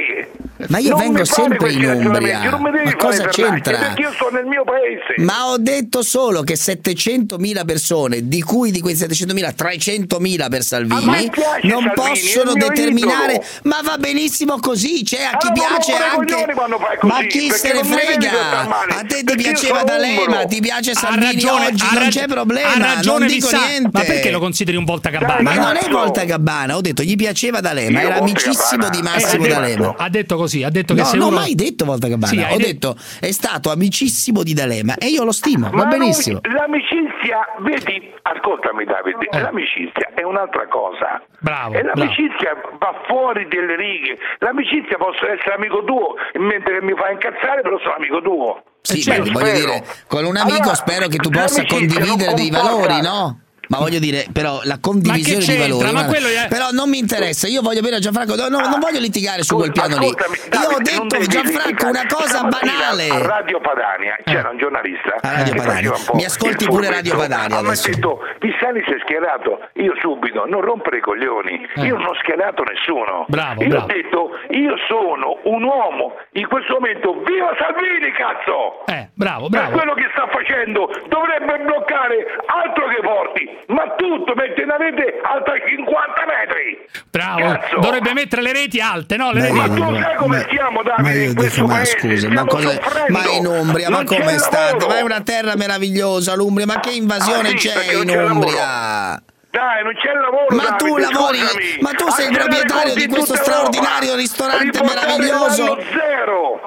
Ma io vengo sempre in Umbria. Ma cosa c'entra? Perché io sono nel mio paese. Ma ho detto solo che 700.000 persone, di cui di quei 700.000 300.000 per Salvini, non possono determinare. Idolo. Ma va benissimo così, c'è a chi piace anche. Ma chi se ne frega? A te ti piaceva D'Alema, ti piace Salvini oggi, non c'è problema, non dico niente. Ma perché lo consideri un voltagabbana? Ma non è voltagabbana, ho detto gli piaceva D'Alema, era amicissimo di Massimo D'Alema. Ha detto così, ha detto che no, non ho mai detto voltagabbana, ho detto è stato amicissimo di D'Alema e io lo stimo, va benissimo. L'amicizia, vedi, ascoltami Davide, l'amicizia è un'altra cosa. Bravo. E l'amicizia va fuori delle righe. L'amicizia posso essere amico tuo, mentre mi fa incazzare, però sono amico tuo. Sì, voglio dire, con un amico spero che tu possa condividere dei valori, no? Ma voglio dire, però la condivisione di valori. Però non mi interessa, io voglio bene a Gianfranco, non voglio litigare su quel piano lì. Io ho detto a Gianfranco una cosa banale. A Radio Padania c'era un giornalista. A Radio Padania. Mi ascolti pure Radio Padania adesso. Mi ha detto, Vissani si è schierato. Io subito, non rompere i coglioni. Io non ho schierato nessuno. Io ho detto, io sono un uomo. In questo momento, viva Salvini, cazzo! Bravo. Per quello che sta facendo, dovrebbe bloccare altro che porti. Ma tutto, mentre ne avete alta 50 metri. Bravo. Cazzo. Dovrebbe mettere le reti alte, no? Ma tu sai come stiamo, Davide, in questo paese? Scusa, ma in Umbria, ma come state? Ma è una terra meravigliosa l'Umbria, ma che invasione c'è in Umbria? Dai, non c'è lavoro. Ma tu lavori, ma tu sei il proprietario di questo straordinario ristorante meraviglioso. Zero.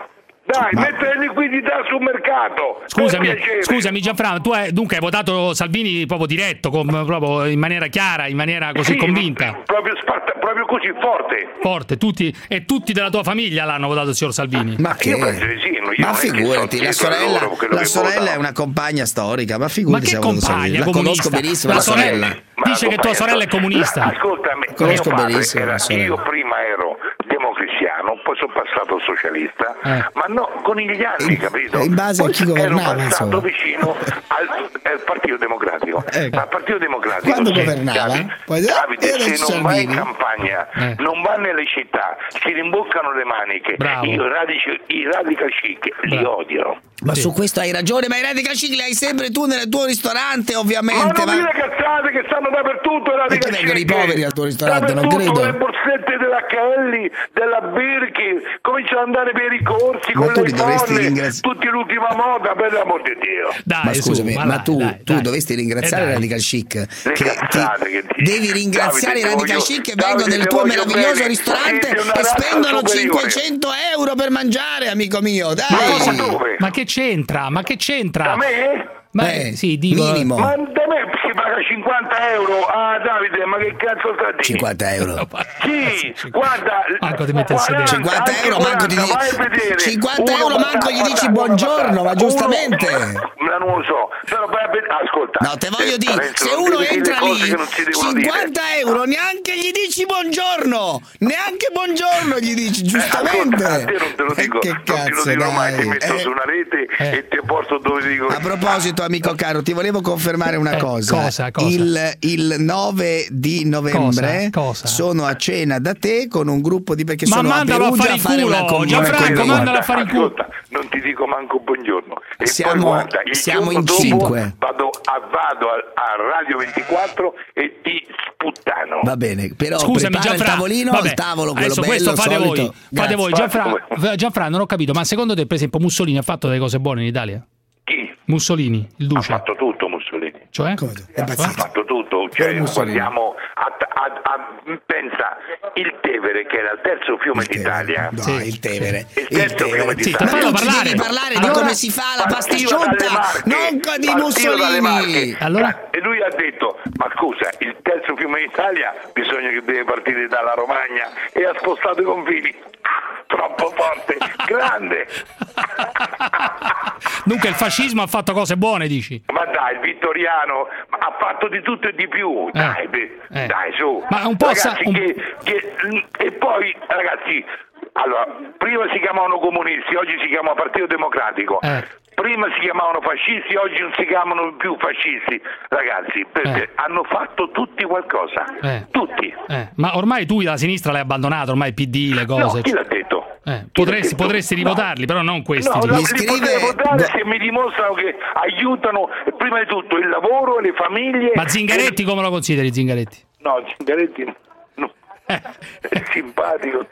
Dai, mettere liquidità sul mercato. Scusami Gianfranco, tu dunque hai votato Salvini proprio diretto, proprio in maniera chiara, in maniera così convinta? Proprio così, forte. Tutti della tua famiglia l'hanno votato il signor Salvini. Ma che? Io penso di sì. Ma figurati, la sorella è una compagna storica, ma figurati. Ma che compagna? La conosco benissimo la sorella. Dice che tua sorella è comunista. Ascoltami, conosco benissimo la sorella. Io prima ero democristiano, poi sono passato socialista, ma no, con gli anni, capito? In base a chi governava, ero passato vicino al Partito Democratico. Ma il Partito Democratico quando governava? Davide, se non vai in campagna, non va nelle città, si rimboccano le maniche. Io i radical chic li odio. Ma su questo hai ragione, ma i radical chic li hai sempre tu nel tuo ristorante, ovviamente. Ma non dire cazzate che stanno dappertutto. Perché vengono i poveri al tuo ristorante? Non credo. Le borsette dell'HL, della Birkin, cominciano ad andare per i corsi con le donne, tutti l'ultima moda, per l'amor di Dio. Ma scusami, tu dovresti ringraziare i radical chic. Devi ringraziare i radical chic che vengono nel tuo meraviglioso ristorante e spendono 500 euro per mangiare, amico mio. Dai. Ma che c'entra? Da me? Sì, dico. Minimo. Ma da me si paga 50 euro. Ah, Davide, ma che cazzo sta dicendo? 50 euro. Sì, guarda. Manco ti metti a sedere. 50 euro, manco ti dici. 50 euro, manco gli dici buongiorno, ma giustamente. Ma non lo so. Però ascolta. No, te voglio dire, se uno entra lì, 50 euro, neanche gli dici buongiorno. Neanche buongiorno gli dici, giustamente. A te non te lo dico. Che cazzo, non te lo dico mai. Ti metto su una rete e ti porto dove ti dico. A proposito, amico caro, ti volevo confermare una cosa. Il 9 di novembre sono a cena da te con un gruppo di perché sono a Perugia a fare una comunione. Gianfranco, mandala a fare il culo. Non ti dico manco buongiorno. E siamo, poi guarda, siamo in 5. Vado a Radio 24 e ti sputtano. Va bene, però scusami, prepara il tavolino, il tavolo, quello bello, questo fate solito. Fate voi. Gianfranco, non ho capito, ma secondo te, per esempio, Mussolini ha fatto delle cose buone in Italia? Chi? Mussolini, il duce. Ha fatto tutto Mussolini. Cioè? Ha fatto tutto. Cioè, guardiamo pensa il Tevere, che era il terzo fiume d'Italia. No, il Tevere. Il terzo fiume d'Italia. Ma tu devi parlare di come si fa la pasticciutta, non di Mussolini. Allora? E lui ha detto, ma scusa, il terzo fiume d'Italia bisogna che deve partire dalla Romagna, e ha spostato i confini. Troppo forte, grande. Dunque il fascismo ha fatto cose buone, dici? Ma dai, il Vittoriano ha fatto di tutto e di più. Dai, su. Ma un po' ragazzi, e poi, ragazzi, allora, prima si chiamavano comunisti, oggi si chiama Partito Democratico. Prima si chiamavano fascisti, oggi non si chiamano più fascisti. Ragazzi, perché hanno fatto tutti qualcosa. Tutti. Ma ormai tu la sinistra l'hai abbandonato, ormai PD, le cose. No, chi l'ha detto? Potresti rivotarli, però non questi. No, li potrei votare se mi dimostrano che aiutano prima di tutto il lavoro, le famiglie. Ma Zingaretti come lo consideri, Zingaretti? No, Zingaretti no. È simpatico,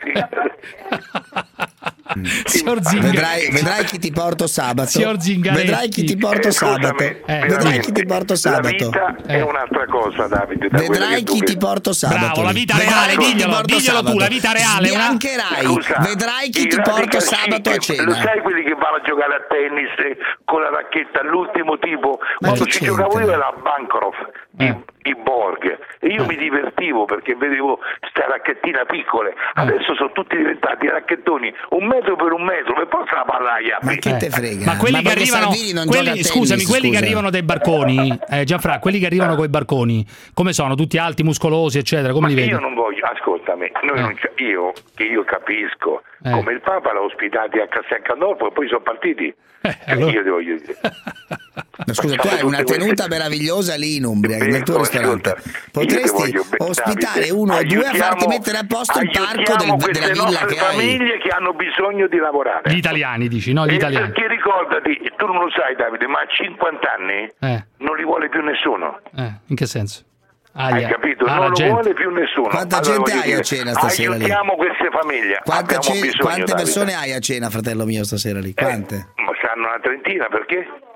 Signor Zingaretti. Vedrai chi ti porto sabato. Signor Zingaretti. Vedrai chi ti porto sabato. Vedrai chi ti porto sabato. La vita è un'altra cosa, Davide. Vedrai chi ti porto sabato. Bravo, la vita reale, diglielo tu, la vita reale. Vedrai chi ti porto sabato a cena. Lo sai quelli che vanno a giocare a tennis con la racchetta, l'ultimo tipo? Quando ci giocavo io era Bancroft, i Borg, e io mi divertivo perché vedevo queste racchettina piccole. Adesso sono tutti diventati racchettoni 1 metro per 1 metro, per forza la pallaia. Ma che te frega? Ma quelli che arrivano, quelli che arrivano dai barconi, Gianfranco, quelli che arrivano coi barconi, come sono? Tutti alti, muscolosi, eccetera, come li vedi? Io non voglio, ascoltami, io capisco, come il Papa l'ha ospitati a Castel Gandolfo e poi sono partiti. Allora. Io devo dire. Ma scusa, tu hai una tenuta meravigliosa lì in Umbria, nel tuo ristorante. Potresti ospitare uno o due a farti mettere a posto il parco della villa che hai. Famiglie che hanno bisogno di lavorare. Gli italiani, dici, no? Gli italiani. Perché ricordati, tu non lo sai, Davide, ma a 50 anni non li vuole più nessuno. In che senso? Hai capito? Non lo vuole più nessuno. Quanta gente hai a cena stasera lì? Aiutiamo queste famiglie. Quante persone hai a cena, fratello mio, stasera lì? Quante? Ma saranno una trentina, perché?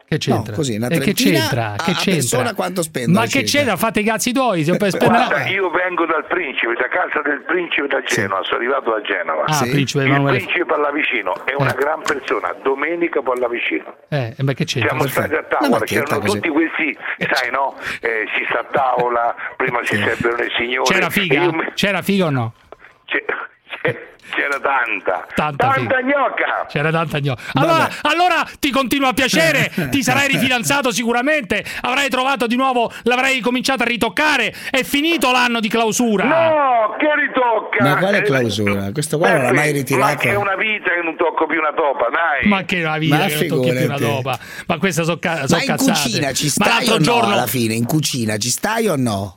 Che c'entra? No, così, una che c'entra? Che c'entra? Persona quanto spendo? Ma che c'entra? Fate i cazzi tuoi. Guarda, io vengo dal Principe, da casa del Principe da Genova, sono arrivato da Genova. Principe il Principe Pallavicino è una gran persona. Domenica Pallavicino. Ma che c'entra? Siamo stati a tavola, c'erano tutti questi, sai, no? Si sta a tavola, prima si servono le signore. C'era figa? C'era figa o no? C'era tanta gnocca. C'era tanta gnocca. Allora ti continua a piacere, ti sarai rifidanzato sicuramente, avrai trovato di nuovo, l'avrai cominciato a ritoccare. È finito l'anno di clausura. No, che ritocca? Ma quale clausura? Questo qua non l'ha mai ritirato. Ma che è una vita che non tocco più una topa, dai. Ma che una vita che non tocchi più una topa. Ma questa so cazzate. Ma in cucina ci stai o no alla fine? In cucina ci stai o no?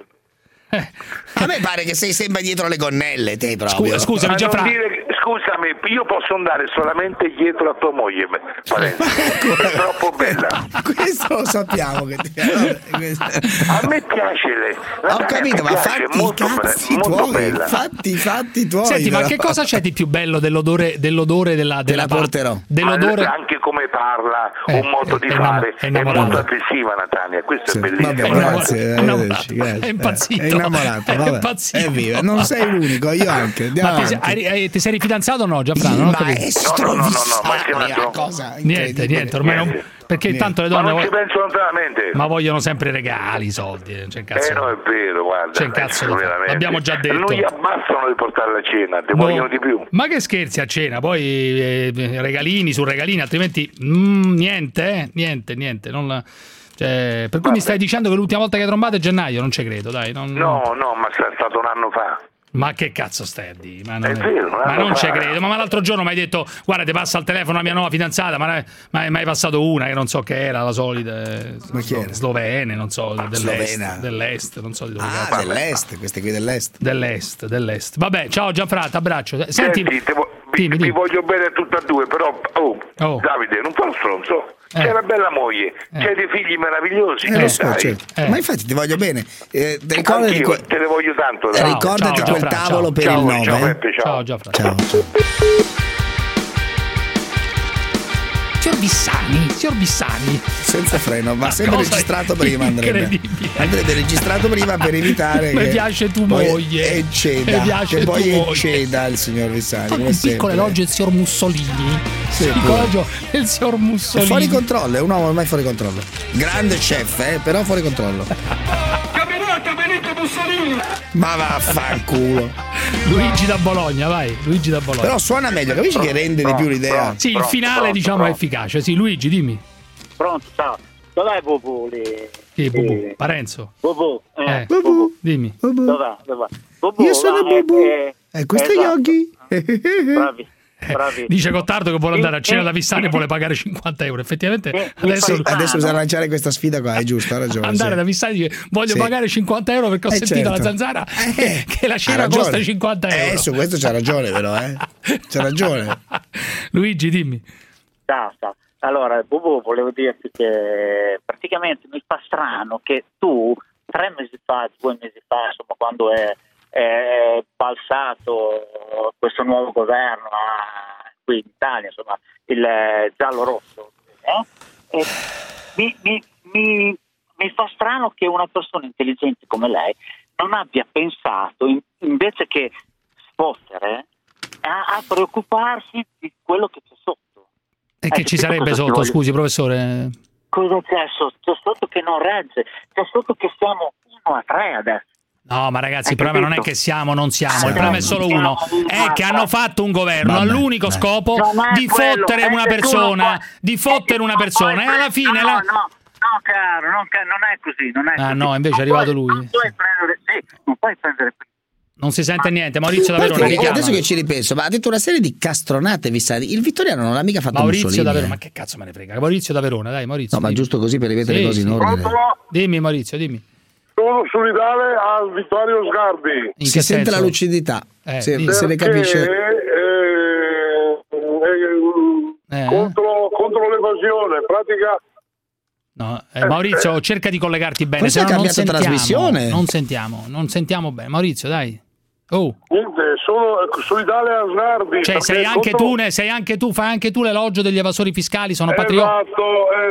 A me pare che sei sempre dietro le gonnelle, te proprio. Scusami, Gianfranco. Scusami, io posso andare solamente dietro a tua moglie, è troppo bella. Questo lo sappiamo che a me piace lei. Ho capito, ma fatti i cazzi tuoi. Fatti tuoi. Senti, ma che cosa c'è di più bello dell'odore della te la porterò. Dell'odore anche come parla, un modo di fare, è molto aggressiva Natania, questo è bellissimo. Vabbè, grazie. È impazzito. È innamorato, vabbè. Evviva, non sei l'unico, io anche. Ma ti sei rifidanzato o no, Gianfranco? Maestro, no, ma è una cosa niente, ormai non, perché tanto le donne ma non ci penso lontanamente. Ma vogliono sempre regali, soldi, c'è un cazzo. No, è vero, guarda. C'è un cazzo. L'abbiamo già detto. Non gli abbassano di portare la cena, ti vogliono di più. Ma che scherzi a cena, poi regalini su regalini, altrimenti niente, non per cui mi stai dicendo che l'ultima volta che hai trombato è gennaio? Non ci credo, dai. No, ma è stato un anno fa. Ma che cazzo stai a dire? Ma non ci credo. Ma l'altro giorno mi hai detto: guarda, ti passa al telefono la mia nuova fidanzata, ma hai passato una che non so che era, la solita. Ma chi era? Slovene, non so, dell'est, non so di dove. Dell'est, queste qui dell'est. Dell'est. Vabbè, ciao Gianfranco, abbraccio. Senti, vi voglio bene tutte e due, però Davide, non fai lo stronzo. C'è una bella moglie, c'è dei figli meravigliosi. Ma infatti ti voglio bene. Anch'io te ne voglio tanto. Ricordati quel tavolo per il 9. Ciao Peppe, ciao. Signor Bissani. Senza freno, ma sempre registrato prima, andrebbe registrato prima per evitare che piace tu moglie ecceda, che poi ecceda il signor Bissani. Piccole elogi del signor Mussolini. Il signor Mussolini. Fuori controllo, è un uomo ormai fuori controllo. Grande chef, però fuori controllo. Benito Mussolini. Ma vaffanculo. Luigi da Bologna, vai. Però suona meglio, capisci che rende di più l'idea? Sì, il finale diciamo è efficace. Sì, Luigi, dimmi. Pronto, ciao. Dov'è Bobù lì? Sì, Bobù, Parenzo. Bobù. Bobù. Dimmi. Dov'è? Bobù, io sono Bobù. Questo è Yogi. Bravi. Dice Gottardo che vuole andare a cena da Vissani e vuole pagare 50 euro. Effettivamente adesso bisogna lanciare questa sfida qua, è giusto, ha ragione. Andare da Vissani e dice voglio pagare 50 euro perché ho sentito la zanzara che la cena costa 50 euro. Su questo c'ha ragione, però, c'ha ragione. Luigi, dimmi. Ciao. Allora, Bobo, volevo dirti che praticamente mi fa strano che tu 2 mesi fa, insomma, quando è balzato questo nuovo governo qui in Italia, insomma, il giallo-rosso, mi fa strano che una persona intelligente come lei non abbia pensato, invece che sfottere, a preoccuparsi di quello che c'è sotto. E che ci sarebbe sotto, scusi professore? Cosa c'è sotto? C'è sotto che non regge, c'è sotto che siamo 1-3 adesso. No, ma ragazzi, il problema non è che siamo o non siamo, il problema è solo uno, è che hanno fatto un governo all'unico scopo di fottere una persona, e alla fine No, caro, non è così, no, invece è arrivato lui. Non puoi prendere non si sente niente, Maurizio da Verona richiama. Adesso che ci ripenso, ma ha detto una serie di castronate Vissani. Il Vittoriano non l'ha mica fatto Maurizio da Verona, ma che cazzo me ne frega? Maurizio da Verona, dai Maurizio. No, ma giusto così per rimettere le cose in ordine. Dimmi Maurizio, dimmi. Sono solidale al Vittorio Sgarbi. Si sente la lucidità, se ne capisce. Contro l'evasione, pratica. No, Maurizio, cerca di collegarti bene. Forse ha cambiato trasmissione. Non sentiamo bene. Maurizio, dai. Niente, sono solidale a Snardi. Cioè sei anche tu, fai anche tu l'elogio degli evasori fiscali, sono patriota. Esatto,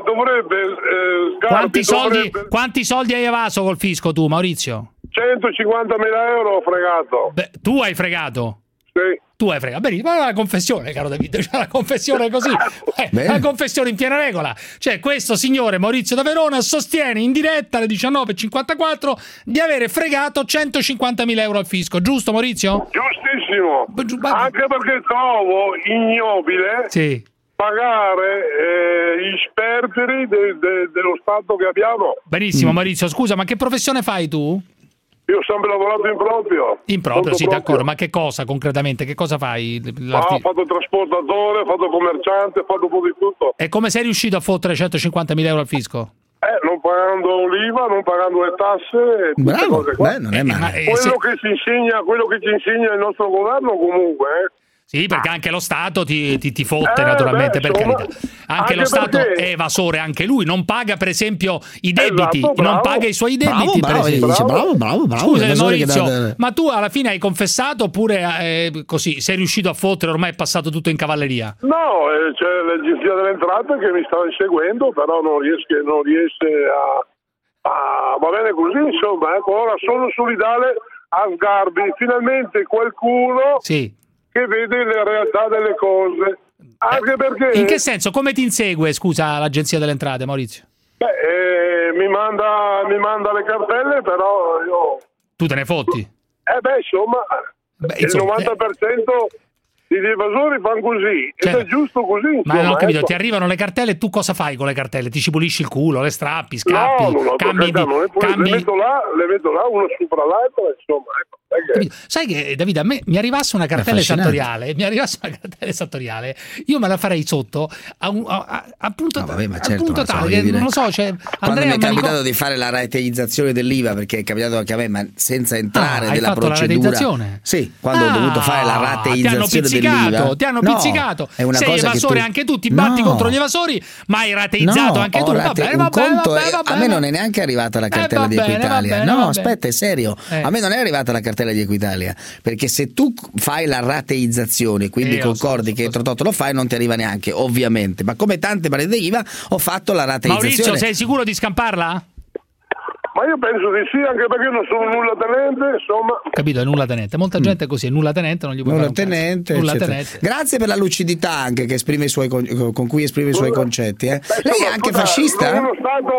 dovrebbe Quanti soldi hai evaso col fisco tu, Maurizio? 150.000 euro ho fregato. Beh, tu hai fregato? Sì. Tu hai fregato. Bene, ma la confessione, caro David, c'è la confessione così. La confessione in piena regola. Cioè, questo signore Maurizio da Verona sostiene in diretta alle 19.54 di avere fregato 150.000 euro al fisco. Giusto, Maurizio? Giustissimo. Anche perché trovo ignobile pagare gli sperperi dello Stato che abbiamo. Benissimo, Maurizio. Scusa, ma che professione fai tu? Io ho sempre lavorato in proprio. In proprio, sì, d'accordo. Ma che cosa concretamente? Che cosa fai? Ho fatto trasportatore, ho fatto commerciante, ho fatto un po' di tutto. E come sei riuscito a fottere 150.000 euro al fisco? Non pagando l'IVA, non pagando le tasse. Bravo, non è male. Quello che ci insegna il nostro governo comunque. Sì, perché anche lo Stato ti fotte naturalmente, per carità. Anche lo Stato è evasore, anche lui. Non paga, per esempio, i debiti. Non paga i suoi debiti. Bravo. Scusa, Maurizio, ma tu alla fine hai confessato oppure così sei riuscito a fottere, ormai è passato tutto in cavalleria? No, c'è l'Agenzia delle Entrate che mi sta inseguendo, però non riesce a va bene così, insomma. Ecco, ora sono solidale a Sgarbi. Finalmente qualcuno... che vede la realtà delle cose, anche perché... In che senso? Come ti insegue, scusa, l'Agenzia delle Entrate, Maurizio? Mi manda le cartelle, però io... Tu te ne fotti? Insomma, il 90% gli evasori fanno così, ed è giusto così. Insomma, ma non ho capito, ecco. Ti arrivano le cartelle e tu cosa fai con le cartelle? Ti ci pulisci il culo, le strappi, scappi, cambi le metto là uno sopra l'altro, insomma, ecco. Sai che, Davide, a me mi arrivasse una cartella esattoriale, io me la farei sotto appunto tale che non lo so, quando mi è capitato di fare la rateizzazione dell'IVA, perché è capitato anche a me, ma senza entrare nella procedura. Sì, quando ho dovuto fare la rateizzazione dell'IVA. Ti hanno pizzicato. Sei evasore anche tu, ti batti contro gli evasori, ma hai rateizzato anche tu. A me non è neanche arrivata la cartella di Equitalia. No, aspetta, è serio. A me non è arrivata la cartella di Equitalia, perché se tu fai la rateizzazione, quindi concordi che entro tot lo fai, non ti arriva neanche, ovviamente. Ma come tante partite IVA ho fatto la rateizzazione. Maurizio, sei sicuro di scamparla? Ma io penso di sì, anche perché non sono nulla tenente, insomma. Capito, è nulla tenente. Molta gente è così, è nulla tenente, non gli puoi nulla tenente. Grazie per la lucidità anche che esprime i suoi con cui esprime i suoi concetti. Lei è anche fascista? Uno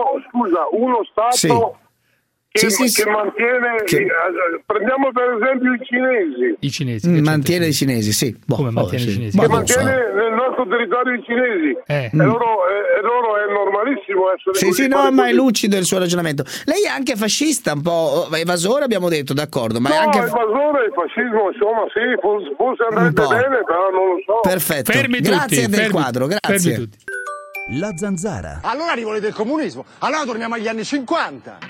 Stato che mantiene prendiamo per esempio i cinesi. Mantiene i cinesi, sì. Come mantiene i cinesi? Che mantiene nel nostro territorio i cinesi. E loro è normalissimo essere così. Ma è lucido il suo ragionamento. Lei è anche fascista, un po' evasore, abbiamo detto, d'accordo, ma è anche evasore e fascismo, insomma, sì, forse andrebbe bene, però non lo so. Perfetto. Grazie del quadro, grazie. La Zanzara. Allora rivolete il comunismo. Allora torniamo agli anni 50.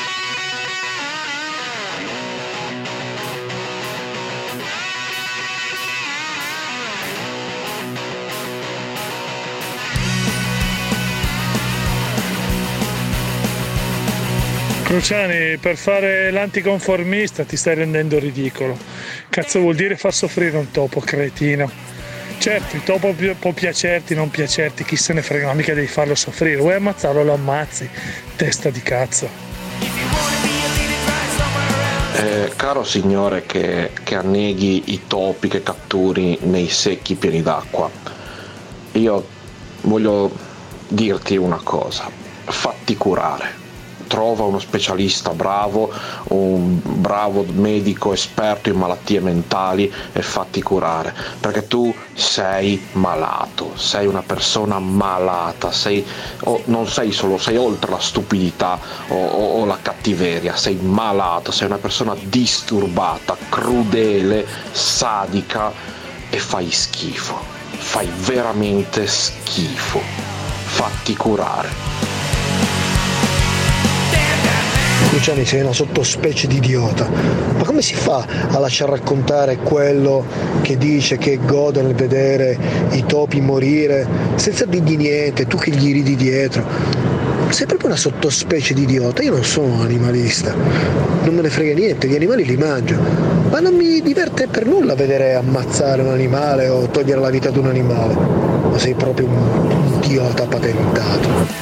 Cruciani, per fare l'anticonformista ti stai rendendo ridicolo. Cazzo vuol dire far soffrire un topo, cretino? Certo, il topo può piacerti, non piacerti, chi se ne frega, mica devi farlo soffrire. Vuoi ammazzarlo, lo ammazzi, testa di cazzo. Caro signore che anneghi i topi che catturi nei secchi pieni d'acqua, io voglio dirti una cosa: fatti curare. Trova uno specialista bravo, un bravo medico esperto in malattie mentali e fatti curare, perché tu sei malato, sei una persona malata, non sei solo, sei oltre la stupidità o la cattiveria, sei malato, sei una persona disturbata, crudele, sadica e fai schifo, fai veramente schifo, fatti curare. Luciani, sei una sottospecie di idiota, ma come si fa a lasciar raccontare quello che dice che gode nel vedere i topi morire senza dirgli niente, tu che gli ridi dietro? sei proprio una sottospecie di idiota. Io non sono un animalista, non me ne frega niente, gli animali li mangio, ma non mi diverte per nulla vedere ammazzare un animale o togliere la vita ad un animale. Ma sei proprio un idiota patentato.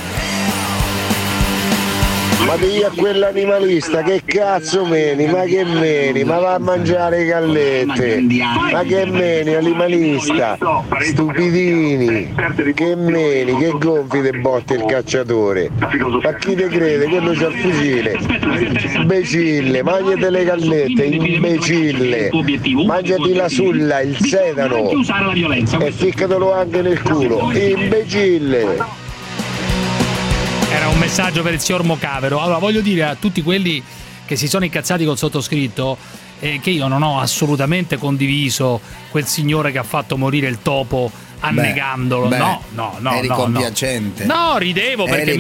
Ma di a quell'animalista che cazzo meni? Ma che meni? Ma va a mangiare le gallette? Ma che meni animalista? Stupidini! Che meni? Che gonfi de botte il cacciatore? Ma chi te crede? Quello c'ha il fucile! Imbecille! Mangiati le gallette, imbecille! Mangiati la sulla, il sedano! E ficcatelo anche nel culo! Imbecille! Era un messaggio per il signor Mocavero. Allora voglio dire a tutti quelli che si sono incazzati col sottoscritto che io non ho assolutamente condiviso quel signore che ha fatto morire il topo annegandolo. No. Eri compiacente. No, ridevo perché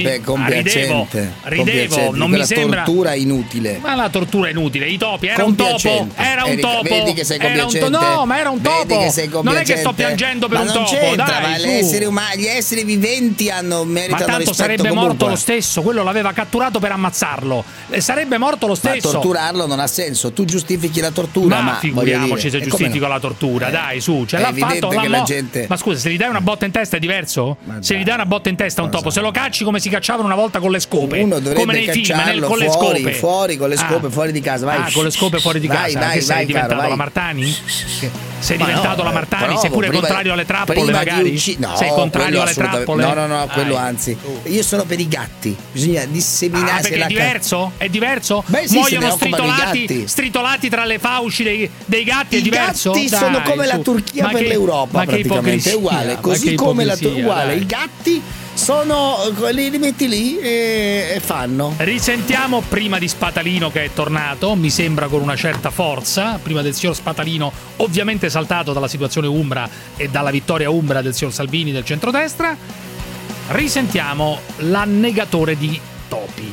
ridevo, non mi sembra tortura inutile. Ma la tortura è inutile. I topi era un topo. Vedi che sei compiacente. No, ma era un topo. Non è che sto piangendo per un topo, dai. Ma gli esseri viventi meritano rispetto. Ma tanto sarebbe comunque morto lo stesso. Quello l'aveva catturato per ammazzarlo. Sarebbe morto lo stesso. Ma torturarlo non ha senso. Tu giustifichi la tortura. Ma figuriamoci se giustifico la tortura. Dai, su, l'ha fatto. Ma scusa, se gli dai una botta in testa è diverso? Se gli dai una botta in testa a un topo, se lo cacci come si cacciavano una volta con le scope, come nei film, con le scope. Fuori con le scope, fuori di casa, vai. Con le scope fuori di casa. Che sei diventato la Martani? Sei diventato la Martani? Sei pure contrario alle trappole, magari? Sei contrario alle trappole? No, quello anzi. Io sono per i gatti. Bisogna disseminare. Perché è diverso? È diverso? Muoiono stritolati tra le fauci dei gatti, è diverso? I gatti sono come la Turchia per l'Europa, praticamente. È uguale, così come la uguale. I gatti sono, li metti lì e fanno. Risentiamo prima di Spatalino che è tornato, mi sembra con una certa forza, prima del signor Spatalino, ovviamente esaltato dalla situazione umbra e dalla vittoria umbra del signor Salvini del centrodestra. Risentiamo l'annegatore di topi.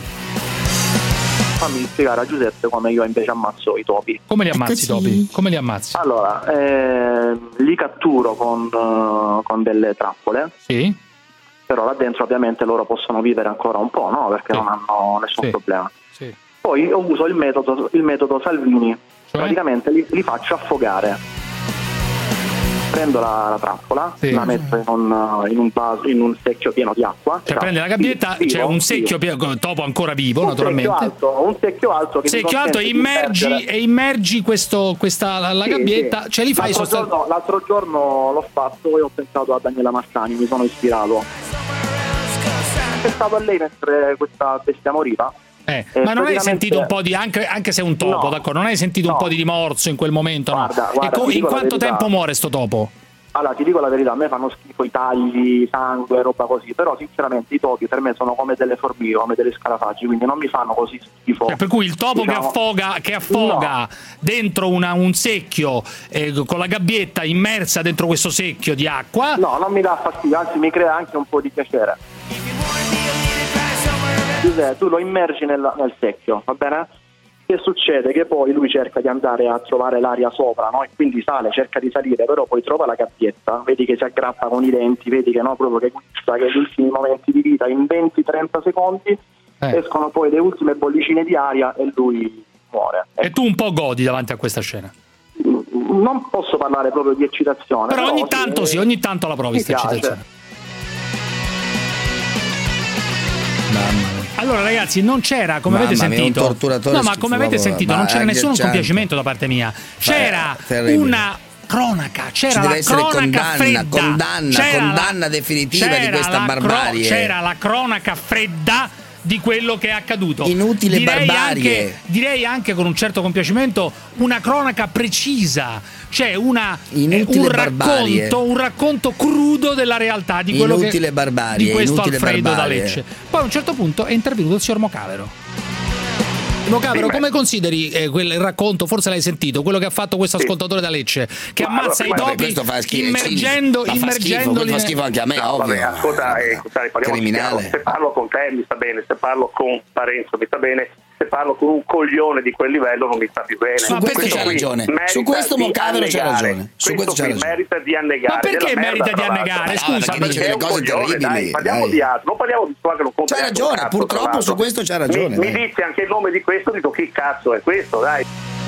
Fammi spiegare a Giuseppe come io invece ammazzo i topi. Come li ammazzi i topi? Come li ammazzi? Allora, li catturo con delle trappole. Sì. Però là dentro ovviamente loro possono vivere ancora un po', no? Perché non hanno nessun problema. Sì. Poi uso il metodo Salvini, praticamente li faccio affogare. Prendo la trappola, la metto in un secchio pieno di acqua. Cioè prende la gabbietta, c'è un secchio pieno, topo ancora vivo, naturalmente. Un secchio alto che e immergi la gabbietta, ce li fai l'altro giorno l'ho fatto e ho pensato a Daniela Massani, mi sono ispirato. Ho pensato a lei mentre questa bestia moriva. Ma non hai sentito un po' di anche se è un topo, d'accordo? Non hai sentito un po' di rimorso in quel momento? Guarda, in quanto tempo muore sto topo? Allora ti dico la verità, a me fanno schifo i tagli, sangue, roba così, però sinceramente i topi per me sono come delle formiche, come delle scarafaggi, quindi non mi fanno così schifo. Per cui il topo che affoga dentro un secchio con la gabbietta immersa dentro questo secchio di acqua, no, non mi dà fastidio, anzi mi crea anche un po' di piacere. Tu lo immergi nel secchio, va bene? Che succede? Che poi lui cerca di andare a trovare l'aria sopra, no? E quindi cerca di salire, però poi trova la gabbietta, vedi che si aggrappa con i denti, vedi che proprio che gusta, che gli ultimi momenti di vita in 20-30 secondi escono poi le ultime bollicine di aria e lui muore. E tu un po' godi davanti a questa scena? Non posso parlare proprio di eccitazione. Però ogni tanto la provi questa eccitazione. Allora ragazzi, non c'era, come avete sentito, avete sentito, non c'era nessun compiacimento da parte mia. C'era una cronaca, c'era la cronaca condanna definitiva di questa barbarie. C'era la cronaca fredda di quello che è accaduto. Inutile barbarie. Direi anche con un certo compiacimento una cronaca precisa, cioè un racconto crudo della realtà di quello di questo Alfredo da Lecce. Poi a un certo punto è intervenuto il signor Mocavero. Mocavero, come consideri quel racconto? Forse l'hai sentito, quello che ha fatto questo ascoltatore da Lecce, che ammazza i topi immergendoli. Fa schifo anche a me, ovvio. Ascolta, parliamo criminale. Se parlo con te mi sta bene, se parlo con Parenzo mi sta bene, se parlo con un coglione di quel livello non mi sta più bene. Su questo c'ha ragione. Su questo Moccavero c'ha ragione. Su questo c'ha ragione. Merita di annegare. Ma perché merita di annegare? Scusa, perché dice delle cose terribili. Parliamo di altro, non parliamo di quello che non conta. C'ha ragione, purtroppo su questo c'ha ragione. Mi dice anche il nome di questo, dico chi cazzo è questo, dai.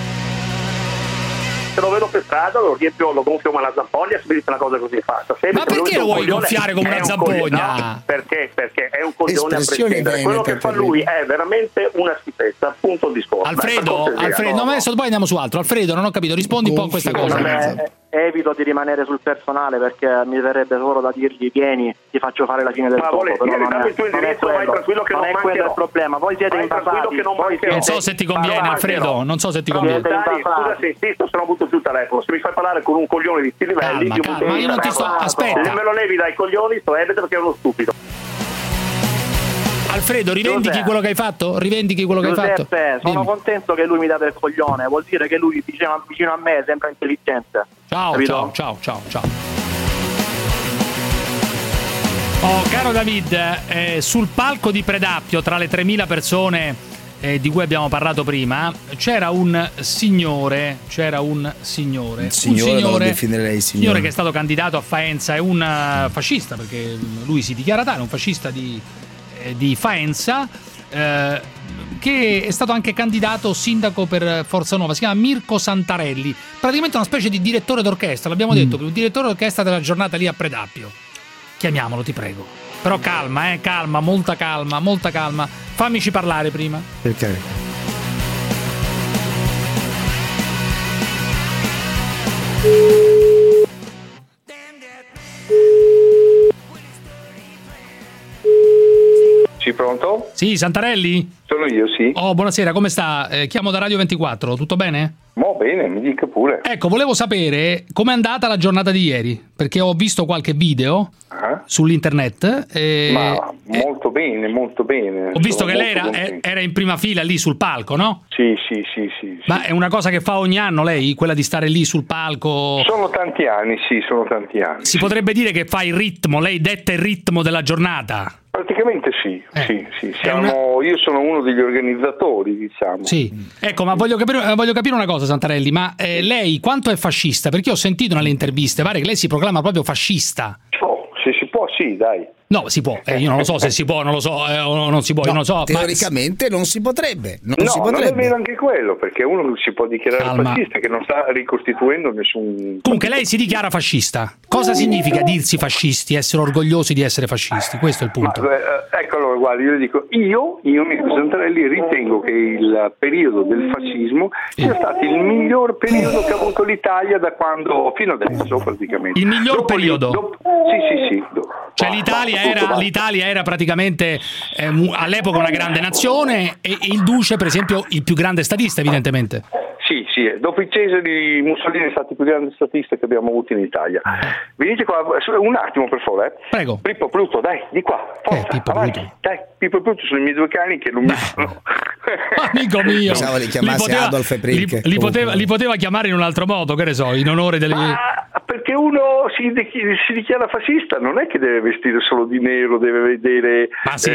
Se lo vedo per strada lo riempio, lo gonfio come una zampogna, se mi dice una cosa così fatta. Ma perché lo vuoi gonfiare come una zampogna? No, perché è un coglione a prescindere. Quello che fa lui è veramente una schifezza, punto il discorso. Alfredo, no, ma adesso poi andiamo su altro. Alfredo, non ho capito, rispondi un po' a questa cosa. Evito di rimanere sul personale perché mi verrebbe solo da dirgli vieni, ti faccio fare la fine del topo, però non è quello il problema. Voi siete imbasati. Non so se ti conviene, Alfredo, non so se ti conviene. Scusa se insisto, se non butto più il telefono. Se mi fai parlare con un coglione di sti livelli, ma io non ti sto, aspetta. Se me lo levi dai coglioni, sto perché è uno stupido. Alfredo, rivendichi quello che hai fatto? Rivendichi quello che hai fatto? Sono contento che lui mi dà del coglione, vuol dire che lui vicino a me sembra intelligente. Ciao. Oh, caro David, sul palco di Predappio, tra le 3.000 persone di cui abbiamo parlato prima, c'era un signore che è stato candidato a Faenza, è un fascista, perché lui si dichiara tale, un fascista di Faenza, che è stato anche candidato sindaco per Forza Nuova. Si chiama Mirko Santarelli, praticamente una specie di direttore d'orchestra, l'abbiamo detto, un direttore d'orchestra della giornata lì a Predappio. Chiamiamolo, ti prego. Però calma, molta calma. Fammici parlare prima. Perché? Sì, pronto? Sì, Santarelli? Sono io, sì. Oh, buonasera, come sta? Chiamo da Radio 24, tutto bene? Bene, mi dica pure. Ecco, volevo sapere com'è andata la giornata di ieri, perché ho visto qualche video sull'internet. Molto bene. Ho visto che lei era in prima fila lì sul palco, no? Sì. Ma è una cosa che fa ogni anno lei, quella di stare lì sul palco? Sono tanti anni. Si potrebbe dire che fa il ritmo, lei detta il ritmo della giornata? Praticamente sì. Io sono uno degli organizzatori, diciamo. Sì. Ecco, ma voglio capire una cosa, Santarelli, ma lei quanto è fascista? Perché ho sentito nelle interviste, pare che lei si proclama proprio fascista. Se si può, sì, dai. No, si può. Io non lo so se si può, non lo so, o non si può, io non lo so. Teoricamente non si potrebbe. Non è vero anche quello, perché uno si può dichiarare fascista che non sta ricostituendo nessun... Comunque lei si dichiara fascista. Cosa significa dirsi fascisti, essere orgogliosi di essere fascisti? Questo è il punto. Ecco, allora, guarda, io le dico, io Mirko Santarelli, ritengo che il periodo del fascismo sia stato il miglior periodo che ha avuto l'Italia da quando, fino adesso praticamente. Il miglior periodo? Sì. Cioè l'Italia era praticamente all'epoca una grande nazione e il Duce, per esempio, il più grande statista, evidentemente. Sì, dopo i Cesari, Mussolini è stato il più grande statista che abbiamo avuto in Italia. Venite qua un attimo, per favore. Prego. Pippo Pluto, dai, di qua. Forza, Pippo Pluto? Dai, Pippo Pluto sono i miei due cani che non mi sono... Amico mio. Pensavo li chiamasse Adolf e Prick. Li poteva chiamare in un altro modo, che ne so, in onore delle... Perché uno si dichiara fascista, non è che deve vestire solo di nero, deve vedere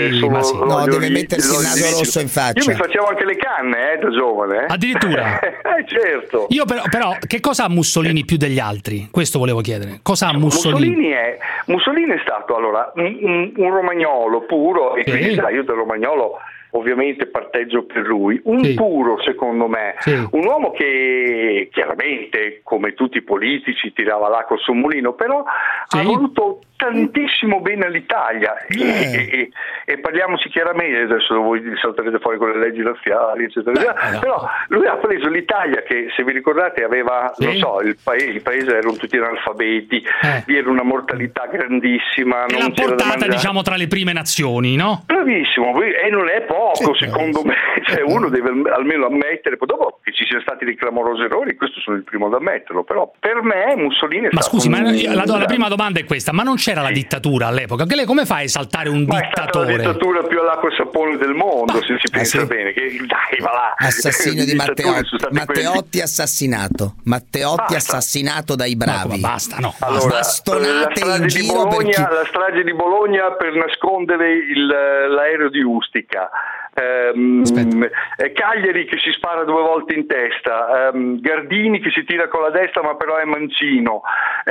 no, deve mettersi il naso rosso in faccia. Io mi facevo anche le canne da giovane. Addirittura? Certo. Io però che cosa ha Mussolini più degli altri? Questo volevo chiedere. Cosa ha Mussolini? Mussolini è stato allora un romagnolo puro, e quindi io del romagnolo ovviamente parteggio per lui, puro secondo me, un uomo che chiaramente come tutti i politici tirava l'acqua sul mulino, però ha voluto tantissimo bene all'Italia e parliamoci chiaramente, adesso voi salterete fuori con le leggi razziali eccetera, però lui ha preso l'Italia che, se vi ricordate, aveva il paese erano tutti analfabeti, vi era una mortalità grandissima, e l'ha portata diciamo tra le prime nazioni, no? Bravissimo, e non è poco secondo me, cioè uno deve almeno ammettere, poi dopo che ci siano stati dei clamorosi errori, questo sono il primo ad ammetterlo, però per me Mussolini è stato la prima domanda è questa, ma non c'era la dittatura all'epoca? Che lei come fa a esaltare un dittatore? È stata la dittatura più all'acqua e sapone del mondo, se si pensa bene, che dai, va là. Assassino di Matteotti assassinato. Matteotti assassinato dai bravi. Basta, no. Allora, bastonate in giro la strage di Bologna per nascondere l'aereo di Ustica. Cagliari che si spara 2 volte in testa, Gardini che si tira con la destra ma però è mancino.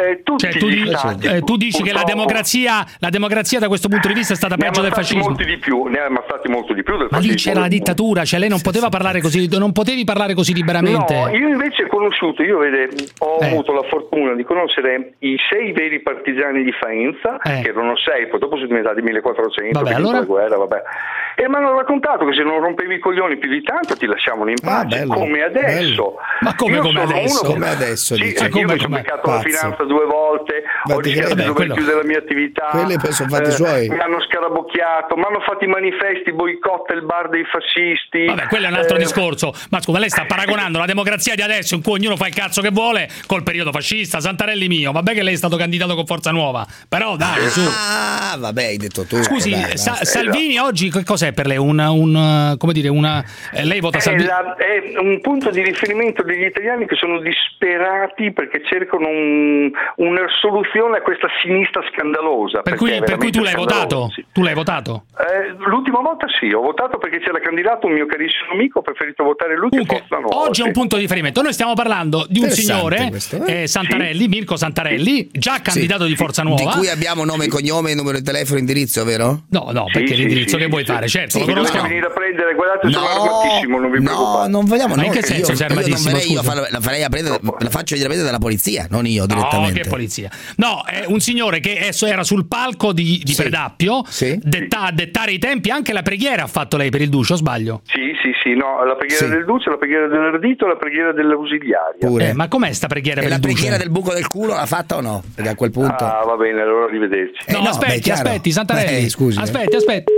Tu dici che la democrazia da questo punto di vista è stata peggio del fascismo? Ne ha ammazzati molto di più del fascismo. Ma lì c'era la dittatura, cioè lei non poteva parlare così, non potevi parlare così liberamente. No, io invece ho avuto la fortuna di conoscere i 6 veri partigiani di Faenza, che erano 6, poi dopo sono diventati 1400, allora? La guerra, e mi hanno raccontato che se non rompevi i coglioni più di tanto ti lasciavano in pace, come adesso. Ma come adesso? Sì, io mi sono beccato la finanza 2 volte, ho rischiato di dover chiudere la mia attività. Quelli poi sono fatti suoi. Mi hanno scarabocchiato, mi hanno fatto i manifesti, boicotta il bar dei fascisti. Vabbè, quello è un altro discorso. Ma scusa, lei sta paragonando la democrazia di adesso, in cui ognuno fa il cazzo che vuole, col periodo fascista. Santarelli mio, vabbè che lei è stato candidato con Forza Nuova, però dai, su. Vabbè, hai detto tu. Scusi, Salvini oggi che cos'è per lei? Lei vota Salvini? È un punto di riferimento degli italiani che sono disperati perché cercano una soluzione a questa sinistra scandalosa. Per cui tu l'hai votato? Sì. Tu l'hai votato? L'ultima volta sì, ho votato perché c'era candidato un mio carissimo amico, ho preferito votare lui che Forza Nuova. Oggi è un punto di riferimento. Noi stiamo parlando di un signore, Santarelli, Mirko Santarelli, già candidato di Forza Nuova. Di cui abbiamo nome, cognome, numero di telefono, indirizzo, vero? No, perché l'indirizzo che vuoi fare? Certo, lo conosco. Venire a prendere, guardate, sono armatissimo, non vi preoccupate. Non vogliamo. Ma in che senso sei armatissimo? La farei a prendere, la faccio vedere prendere dalla polizia, non io direttamente. No, che polizia? No, è un signore che era sul palco di Predappio, a dettare i tempi, anche la preghiera ha fatto lei per il Duce, o sbaglio? Sì, no, la preghiera del Duce, la preghiera dell'Ardito, la preghiera dell'ausiliaria. Ma com'è sta preghiera per il Duce? La preghiera del buco del culo l'ha fatta o no? Perché a quel punto... va bene, allora arrivederci. Aspetti, Santarelli. Scusi. Aspetti.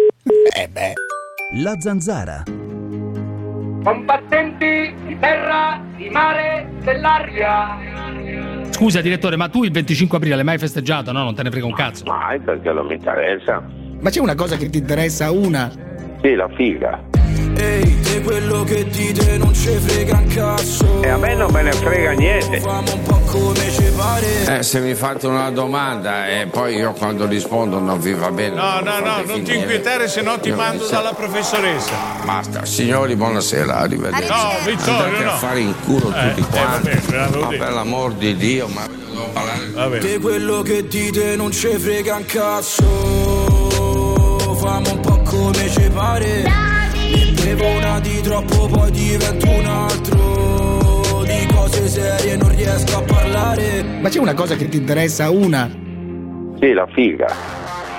La Zanzara. Combattenti di terra, di mare, dell'aria. Scusa direttore, ma tu il 25 aprile l'hai mai festeggiato? No, non te ne frega un cazzo. Mai, perché non mi interessa. Ma c'è una cosa che ti interessa, una? Sì, la figa. Ehi, te quello che dite non ce frega un cazzo. E a me non me ne frega niente. Famo un po' come ci pare. Se mi fate una domanda e poi io quando rispondo non vi va bene. No, non ti inquietare, se no ti mando dalla professoressa. Basta, signori, buonasera, arrivederci. No, Vittorio, andate a fare in culo tutti quanti. Ma per l'amor di Dio, ma devo parlare. Te quello che dite non ce frega un cazzo. Famo un po' come ci pare. Bevo una di troppo, poi divento un altro. Di cose serie non riesco a parlare. Ma c'è una cosa che ti interessa, una? Sì, la figa.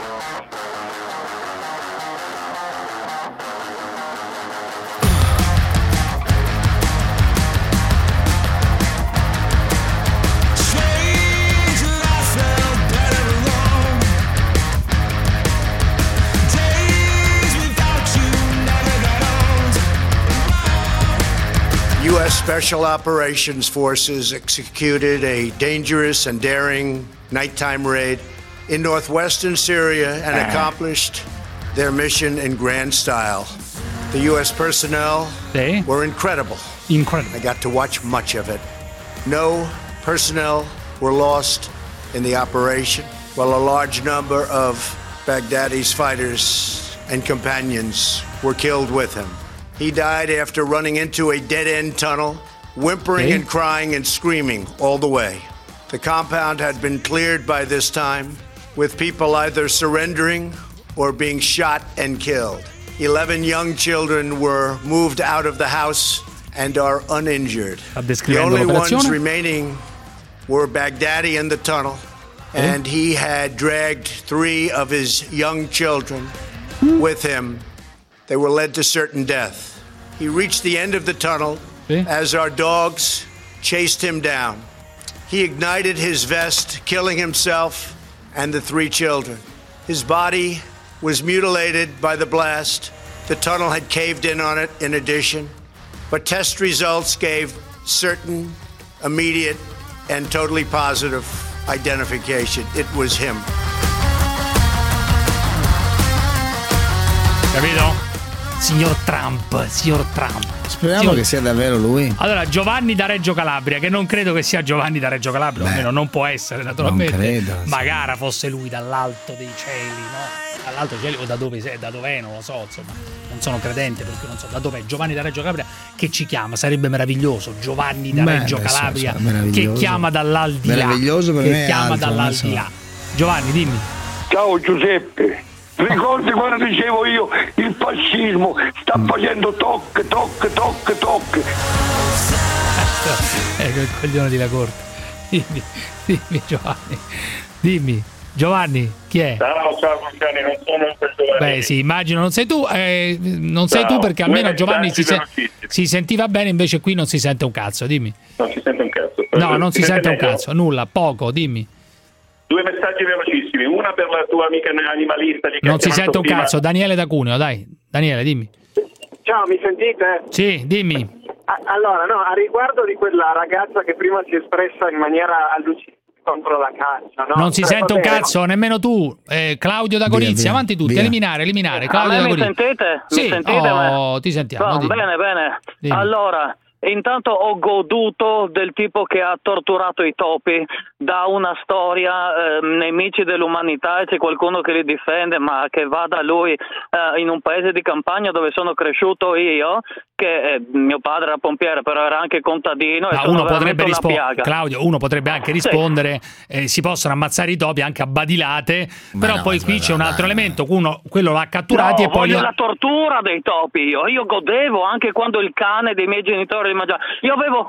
U.S. Special Operations Forces executed a dangerous and daring nighttime raid in northwestern Syria and accomplished their mission in grand style. The U.S. personnel were incredible. I got to watch much of it. No personnel were lost in the operation, while a large number of Baghdadi's fighters and companions were killed with him. He died after running into a dead-end tunnel, whimpering and crying and screaming all the way. The compound had been cleared by this time, with people either surrendering or being shot and killed. 11 young children were moved out of the house and are uninjured. The only ones remaining were Baghdadi in the tunnel, and he had dragged 3 of his young children with him. They were led to certain death. He reached the end of the tunnel as our dogs chased him down. He ignited his vest, killing himself and the 3 children. His body was mutilated by the blast. The tunnel had caved in on it in addition, but test results gave certain, immediate, and totally positive identification. It was him. Capito? Signor Trump. Speriamo che sia davvero lui. Allora, Giovanni da Reggio Calabria, che non credo che sia Giovanni da Reggio Calabria, almeno non può essere, naturalmente. Non credo. Magari fosse lui dall'alto dei cieli, no? Tra l'altro o da dove sei, da dov'è, non lo so, insomma, non sono credente perché non so da dov'è. Giovanni da Reggio Calabria che ci chiama, sarebbe meraviglioso. Giovanni da Reggio Calabria che chiama dall'aldilà. Meraviglioso per me. Chiama dall'aldilà. Giovanni, dimmi. Ciao Giuseppe. Ricordi quando dicevo io il fascismo sta facendo toc. Ecco il coglione di La Corte. Dimmi Giovanni. Dimmi Giovanni, chi è? Ciao Luciani, non sono in questo momento. Beh sì, immagino non sei tu, sei tu perché almeno Giovanni si sentiva bene, invece qui non si sente un cazzo, dimmi. Non si sente un cazzo. No, non si sente un cazzo, nulla, poco, dimmi. 2 messaggi velocissimi, una per la tua amica animalista. Non si sente un cazzo, Daniele da Cuneo, dai, Daniele, dimmi. Ciao, mi sentite? Sì, dimmi. Allora, no, a riguardo di quella ragazza che prima si è espressa in maniera allucinante contro la caccia, no? Non si sente un cazzo, nemmeno tu. Claudio da Gorizia, via, avanti tutti, via. eliminare. Claudio da mi Gorizia. sentite? Sì, Mi sentite? ti sentiamo. No, bene. Dimmi. Allora, intanto ho goduto del tipo che ha torturato i topi, da una storia, nemici dell'umanità, e c'è qualcuno che li difende, ma che vada lui in un paese di campagna dove sono cresciuto io, che mio padre era pompiere, però era anche contadino, e sono uno potrebbe una piaga. Claudio, uno potrebbe anche rispondere, si possono ammazzare i topi anche a badilate, però no, poi qui c'è un altro elemento, quello l'ha catturati e poi la tortura dei topi io godevo anche quando il cane dei miei genitori li mangiava. Io avevo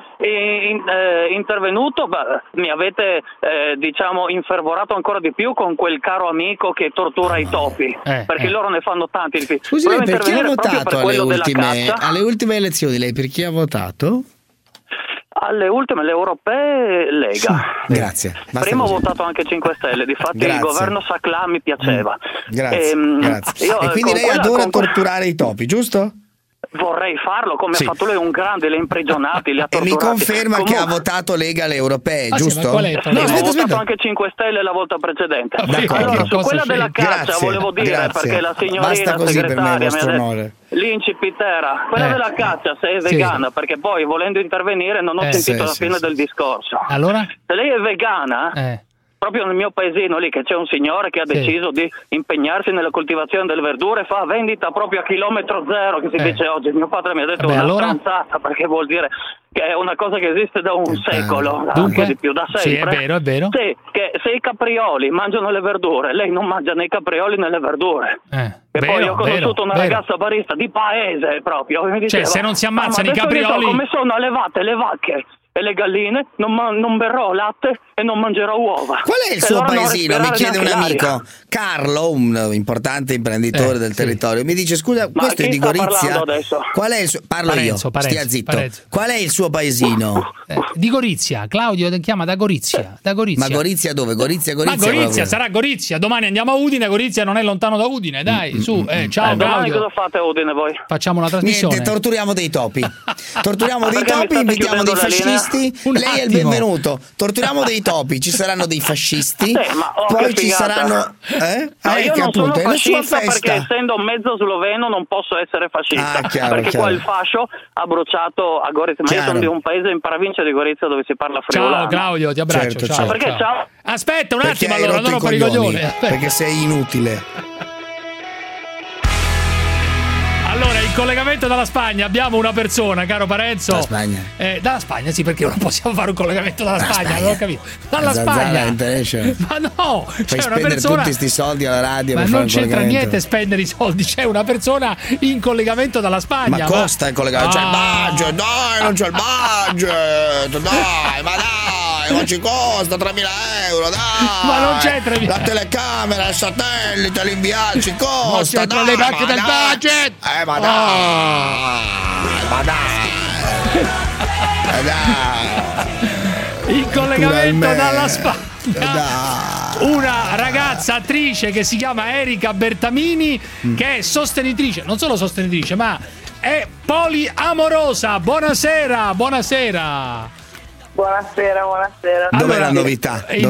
intervenuto, mi avete diciamo infervorato ancora di più con quel caro amico che tortura i topi, perché loro ne fanno tanti. Scusi, lei per chi ha votato alle ultime elezioni? Lei per chi ha votato? Alle ultime, le europee, Lega. Sì, grazie. Prima ho votato anche 5 Stelle, difatti il governo Saclà mi piaceva. Grazie. E quindi lei adora torturare i topi, giusto? Vorrei farlo, come ha fatto lei, un grande, li ha imprigionati, li ha torturati. E mi conferma che ha votato Lega alle europee, giusto? Ho votato anche 5 Stelle la volta precedente. Allora, su quella della caccia volevo dire, perché la signorina segretaria mi ha detto l'incipitera, quella della caccia, se è vegana, perché poi volendo intervenire non ho sentito la fine del discorso. Allora? Se lei è vegana, proprio nel mio paesino lì, che c'è un signore che ha deciso di impegnarsi nella coltivazione delle verdure, fa vendita proprio a chilometro zero, che si dice oggi. Mio padre mi ha detto stronzata, perché vuol dire che è una cosa che esiste da un secolo, anche di più, da sempre. Sì, è vero. Sì, che se i caprioli mangiano le verdure, lei non mangia né i caprioli né le verdure. E poi ho conosciuto una ragazza barista di paese proprio, mi diceva, se non si ammazzano i caprioli, come sono allevate le vacche e le galline, non berrò latte e non mangerò uova. Qual è il suo paesino? Mi chiede un amico, Carlo, un importante imprenditore del territorio, mi dice: scusa, questo è di Gorizia? Qual è il suo... Parlo io, stia zitto. Qual è il suo paesino? Di Gorizia, Claudio chiama da Gorizia. Ma Gorizia dove? Gorizia Ma Gorizia sarà Gorizia, domani andiamo a Udine, Gorizia non è lontano da Udine, dai, su, ciao domani Claudio. cosa fate a Udine voi? Facciamo una trasmissione. Niente, torturiamo dei topi. Invitiamo dei fascisti. Lei è il benvenuto. Torturiamo dei topi, ci saranno dei fascisti, poi ci saranno io non sono fascista perché essendo mezzo sloveno non posso essere fascista, perché qua il fascio ha bruciato a Gorizia, ma io sono di un paese in provincia di Gorizia dove si parla friulano. Ciao Claudio, ti abbraccio. Ciao. Perché ciao? Aspetta un attimo, allora non rompo i coglioni. Perché sei inutile. Allora, in collegamento dalla Spagna abbiamo una persona, caro Parenzo. Dalla Spagna? Dalla Spagna, sì, perché non possiamo fare un collegamento dalla Spagna, non ho capito. Dalla Spagna. Ma no, fai c'è una spendere persona... tutti sti soldi alla radio. Ma per non fare c'entra niente spendere i soldi, c'è una persona in collegamento dalla Spagna. Ma costa il collegamento? C'è il budget, dai, non c'è il budget, dai, ma dai, ma ci costa 3.000 euro, dai. Ma non c'è 3.000. La telecamera, il satellite, l'inviato, ci costa, dai, le banche del budget. Ma dai. In collegamento dalla Spagna una ragazza attrice che si chiama Erika Bertamini, che è sostenitrice, non solo sostenitrice, ma è poliamorosa. Buonasera. Buonasera. Dov'è la novità? Il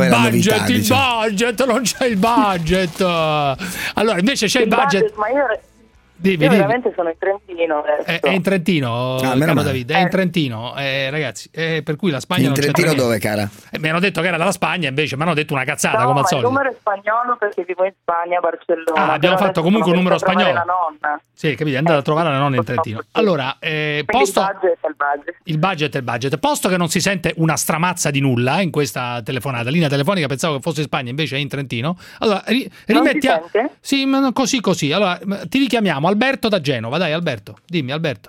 budget, non c'è il budget. Allora, invece c'è il budget. Ma io veramente sono in Trentino adesso. È in Trentino, caro David, è in Trentino, ragazzi, per cui la Spagna non c'è. In Trentino dove, cara? Mi hanno detto che era dalla Spagna, invece mi hanno detto una cazzata, come al solito. Il numero è spagnolo perché vivo in Spagna, a Barcellona. Abbiamo fatto comunque un numero spagnolo. La nonna. Sì, capito, è andata a trovare la nonna in Trentino. Allora, posto il budget è il budget. Posto che non si sente una stramazza di nulla in questa telefonata, linea telefonica, pensavo che fosse in Spagna, invece è in Trentino. Allora, rimettiamo. Sì, così. Allora, ti richiamiamo Alberto da Genova. Dai, Alberto, dimmi, Alberto.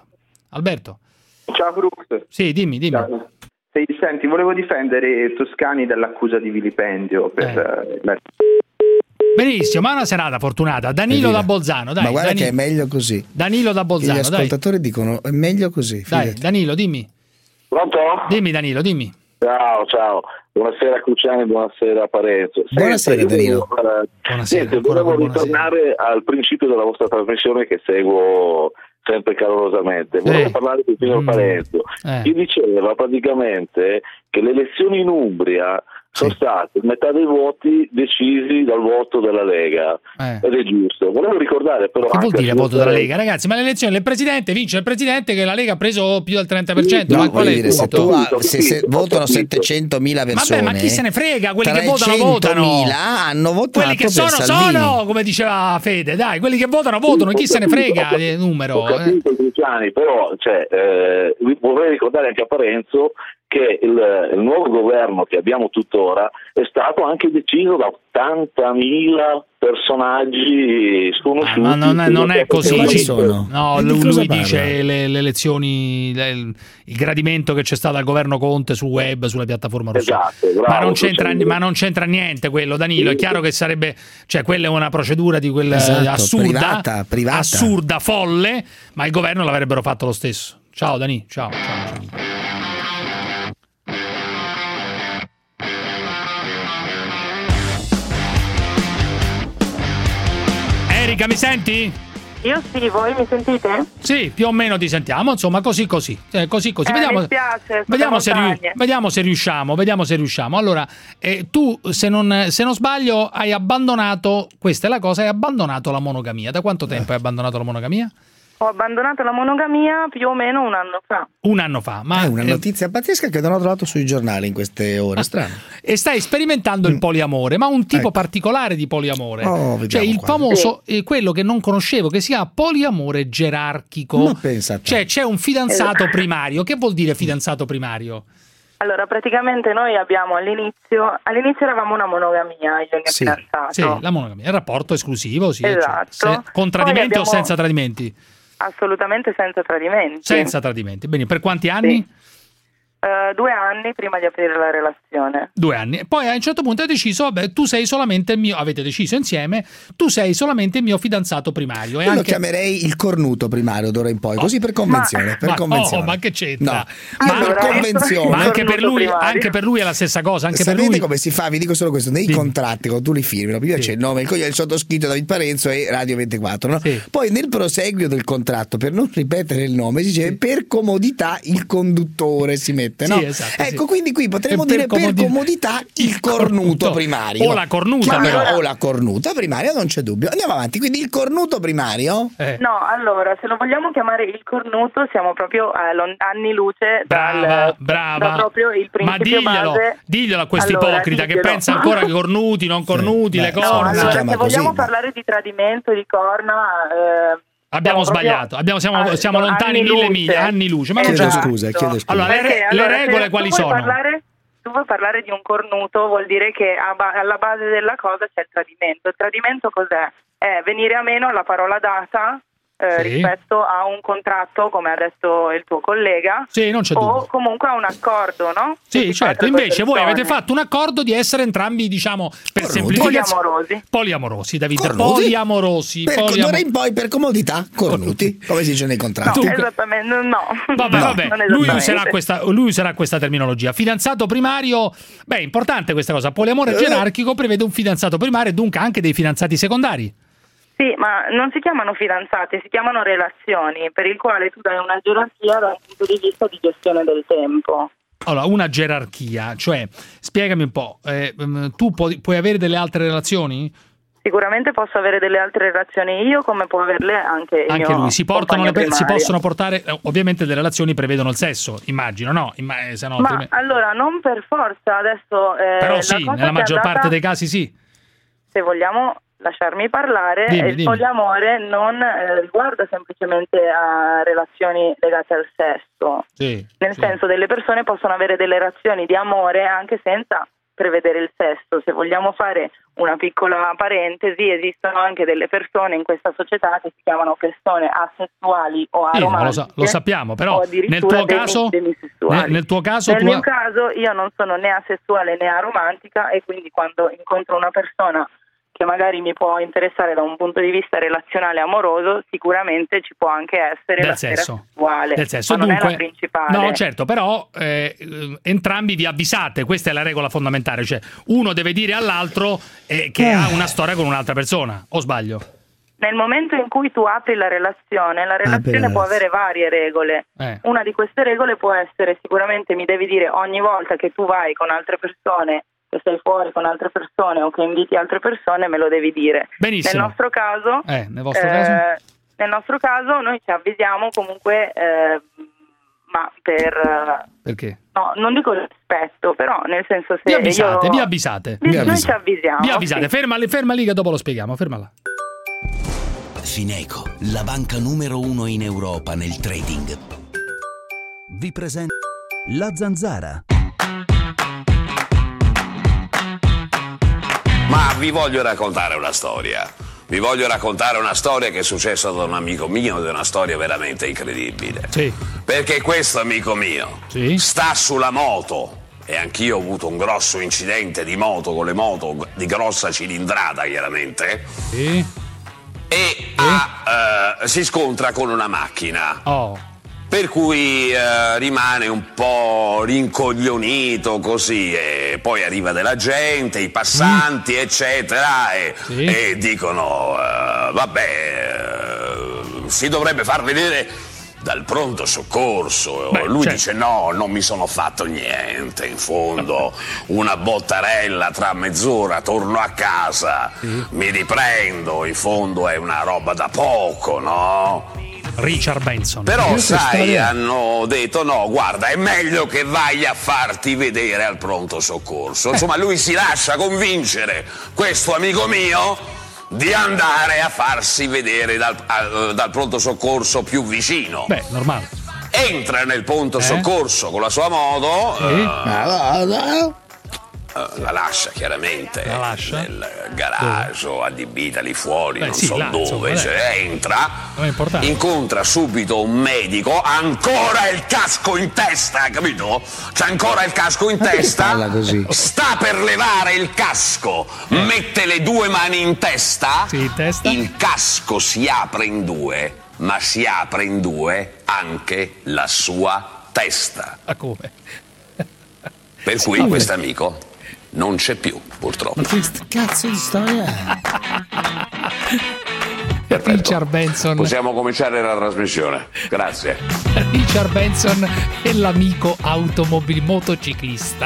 Ciao Crux. Sì, dimmi. Ciao. Senti, volevo difendere Toscani dall'accusa di vilipendio per Benissimo, ma una serata fortunata. Danilo da Bolzano, dai. Ma guarda che è meglio così. Danilo da Bolzano, gli ascoltatori dicono è meglio così. Dai, Danilo, dimmi. Pronto? Dimmi, Danilo, dimmi. Ciao. Buonasera Cruciani, buonasera Parenzo. Buonasera Danilo. Volevo ritornare al principio della vostra trasmissione che seguo sempre calorosamente. Volevo parlare del signor Parenzo. Chi diceva praticamente che le elezioni in Umbria sono state metà dei voti decisi dal voto della Lega ed è giusto. Volevo ricordare però che vuol dire voto della Lega, ragazzi? Ma le elezioni del presidente vince il presidente che la Lega ha preso più del 30%. No, qual è il punto? Se votano 700.000 persone, vabbè, ma chi se ne frega? Quelli che votano hanno votato. Quelli che sono, come diceva Fede, dai, quelli che votano, chi se ne frega del numero. Ho capito, Cruciani, però vorrei ricordare anche a Parenzo che il nuovo governo che abbiamo tuttora è stato anche deciso da 80.000 personaggi sconosciuti. Ma non è così. No, lui dice le elezioni, il gradimento che c'è stato al governo Conte sul web, sulla piattaforma russa. Esatto, ma non c'entra niente quello, Danilo. È chiaro che sarebbe, quella è una procedura di quella assurda, privata, assurda, folle, ma il governo l'avrebbero fatto lo stesso. Ciao Dani, ciao. Erika, mi senti? Io sì, voi mi sentite? Sì, più o meno ti sentiamo, insomma, così. Mi spiace, vediamo se riusciamo. Allora, tu, se non sbaglio, hai abbandonato, questa è la cosa, hai abbandonato la monogamia. Da quanto tempo hai abbandonato la monogamia? Ho abbandonato la monogamia più o meno un anno fa. Un anno fa, ma è una notizia pazzesca che non ho trovato sui giornali in queste ore, strano. E stai sperimentando il poliamore, ma un tipo particolare di poliamore. Il famoso, quello che non conoscevo, che si chiama poliamore gerarchico. Ma pensa a te. C'è un fidanzato primario. Che vuol dire fidanzato primario? Allora, praticamente noi abbiamo all'inizio eravamo una monogamia, io e il mio fidanzato. Sì, la monogamia, il rapporto esclusivo, sì. Esatto. Con tradimenti o senza tradimenti? Assolutamente senza tradimenti. Senza tradimenti. Bene, per quanti anni? Sì. 2 anni prima di aprire la relazione. 2 anni. E poi a un certo punto hai deciso, tu sei solamente il mio, avete deciso insieme, tu sei solamente il mio fidanzato primario. Io lo chiamerei il cornuto primario d'ora in poi, così per convenzione. Ma che c'entra? No. Per convenzione. Ma anche per lui è la stessa cosa. Anche sapete per lui come si fa? Vi dico solo questo: nei contratti, quando tu li firmi, prima c'è il nome, il sottoscritto David Parenzo e Radio 24, no? Poi nel proseguio del contratto, per non ripetere il nome, si dice per comodità il conduttore si mette. No? Esatto, quindi qui potremmo dire per comodità il cornuto primario o la cornuta, però. O la cornuta primaria, non c'è dubbio. Andiamo avanti, quindi il cornuto primario? No, allora, se lo vogliamo chiamare il cornuto, siamo proprio anni luce brava. da proprio il principio base. Diglielo a questo ipocrita che pensa ancora che cornuti, non cornuti, le corna. Allora, se vogliamo parlare di tradimento, di corna... Abbiamo sbagliato, siamo lontani mille miglia, anni luce. Ma chiedo scusa. Allora, le regole quali sono? Tu vuoi parlare di un cornuto, vuol dire che alla base della cosa c'è il tradimento. Il tradimento cos'è? È venire a meno alla parola data rispetto a un contratto, come ha detto il tuo collega, non c'è dubbio. O comunque a un accordo, no? Sì, certo. Invece voi avete fatto un accordo di essere entrambi, diciamo, per semplificazione poliamorosi, David. Poliamorosi. D'ora in poi per comodità cornuti, come si dice nei contratti. No, esattamente, no. Vabbè. Lui userà questa terminologia. Fidanzato primario, importante questa cosa. Poliamore gerarchico prevede un fidanzato primario e dunque anche dei fidanzati secondari. Sì, ma non si chiamano fidanzati, si chiamano relazioni, per il quale tu dai una gerarchia da un punto di vista di gestione del tempo. Allora, una gerarchia, cioè, spiegami un po', tu puoi avere delle altre relazioni? Sicuramente posso avere delle altre relazioni io, come può averle anche lui. Si possono portare, ovviamente le relazioni prevedono il sesso, immagino, no? Se no allora, non per forza, adesso... Però sì, nella maggior parte dei casi sì. Se vogliamo lasciarmi parlare, il poliamore non riguarda semplicemente a relazioni legate al sesso. Nel senso, delle persone possono avere delle relazioni di amore anche senza prevedere il sesso. Se vogliamo fare una piccola parentesi, esistono anche delle persone in questa società che si chiamano persone asessuali o aromantiche. Lo sappiamo, però nel tuo caso nel mio caso io non sono né asessuale né aromantica, e quindi quando incontro una persona che magari mi può interessare da un punto di vista relazionale amoroso, sicuramente ci può anche essere la sfera sessuale, ma non è la principale. No, certo, però entrambi vi avvisate, questa è la regola fondamentale, cioè uno deve dire all'altro che ha una storia con un'altra persona, o sbaglio? Nel momento in cui tu apri la relazione può avere varie regole. Una di queste regole può essere sicuramente mi devi dire ogni volta che tu vai con altre persone, che sei fuori con altre persone o che inviti altre persone, me lo devi dire. Benissimo. Nel nostro caso, nel nostro caso noi ci avvisiamo comunque, ma per... Perché? No, non dico rispetto, però nel senso se vi avvisate. Noi ci avvisiamo. Vi avvisate, sì. Ferma lì che dopo lo spieghiamo, fermala. Fineco, la banca numero 1 in Europa nel trading, vi presenta La Zanzara. Ma vi voglio raccontare una storia. Vi voglio raccontare una storia che è successa ad un amico mio, ed è una storia veramente incredibile. Sì. Perché questo amico mio sta sulla moto, e anch'io ho avuto un grosso incidente di moto, con le moto di grossa cilindrata chiaramente, e si scontra con una macchina. Per cui rimane un po' rincoglionito così, e poi arriva della gente, i passanti eccetera, e dicono si dovrebbe far vedere dal pronto soccorso. Lui dice no, non mi sono fatto niente, in fondo una bottarella, tra mezz'ora torno a casa, mi riprendo, in fondo è una roba da poco, no? Richard Benson. Però sai, hanno detto no, guarda, è meglio che vai a farti vedere al pronto soccorso. Insomma, lui si lascia convincere, questo amico mio, di andare a farsi vedere dal pronto soccorso più vicino. Normale. Entra nel pronto soccorso con la sua moto, la lascia chiaramente nel garage adibita lì fuori, non so dove, entra, incontra subito un medico, ancora il casco in testa, capito? C'ha ancora il casco in testa, sta per levare il casco, mette le due mani in testa, il casco si apre in due, ma si apre in due anche la sua testa. Come? Per cui quest'amico non c'è più, purtroppo. Ma che cazzo di storia è? Richard Benson. Possiamo cominciare la trasmissione. Grazie. Richard Benson e l'amico motociclista.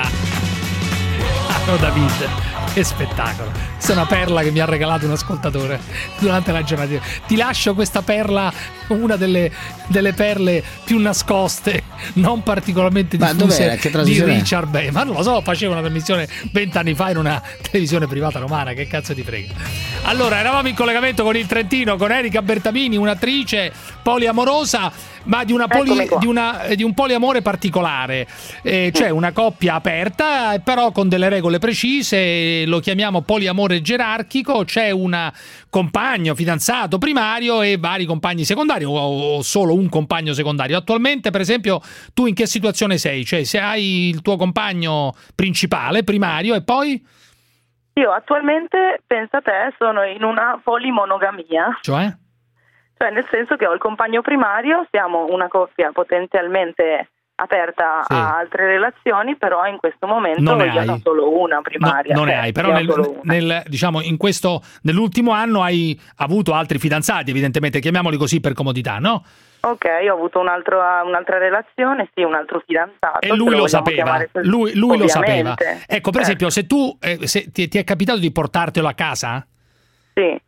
David, che spettacolo. Questa è una perla che mi ha regalato un ascoltatore durante la giornata. Ti lascio questa perla, una delle perle più nascoste, non particolarmente diffuse di Richard Benson. Ma non lo so, facevo una trasmissione 20 anni fa in una televisione privata romana, che cazzo ti frega. Allora, eravamo in collegamento con il Trentino, con Erika Bertamini, un'attrice poliamorosa, ma di un poliamore particolare. Cioè una coppia aperta, però con delle regole precise, lo chiamiamo poliamore gerarchico. C'è un compagno, fidanzato primario e vari compagni secondari, o solo un compagno secondario. Attualmente, per esempio, tu in che situazione sei? Cioè, se hai il tuo compagno principale, primario, e poi? Io attualmente, pensa te, sono in una polimonogamia. Cioè, nel senso che ho il compagno primario, siamo una coppia potenzialmente aperta a altre relazioni, però in questo momento io ne ho solo una primaria. Non ne hai, però nell'ultimo anno hai avuto altri fidanzati, evidentemente, chiamiamoli così per comodità, no? Ok, ho avuto un'altra relazione, un altro fidanzato. E lui lo sapeva, lui lo sapeva. Ecco, per esempio, se tu ti è capitato di portartelo a casa? Sì.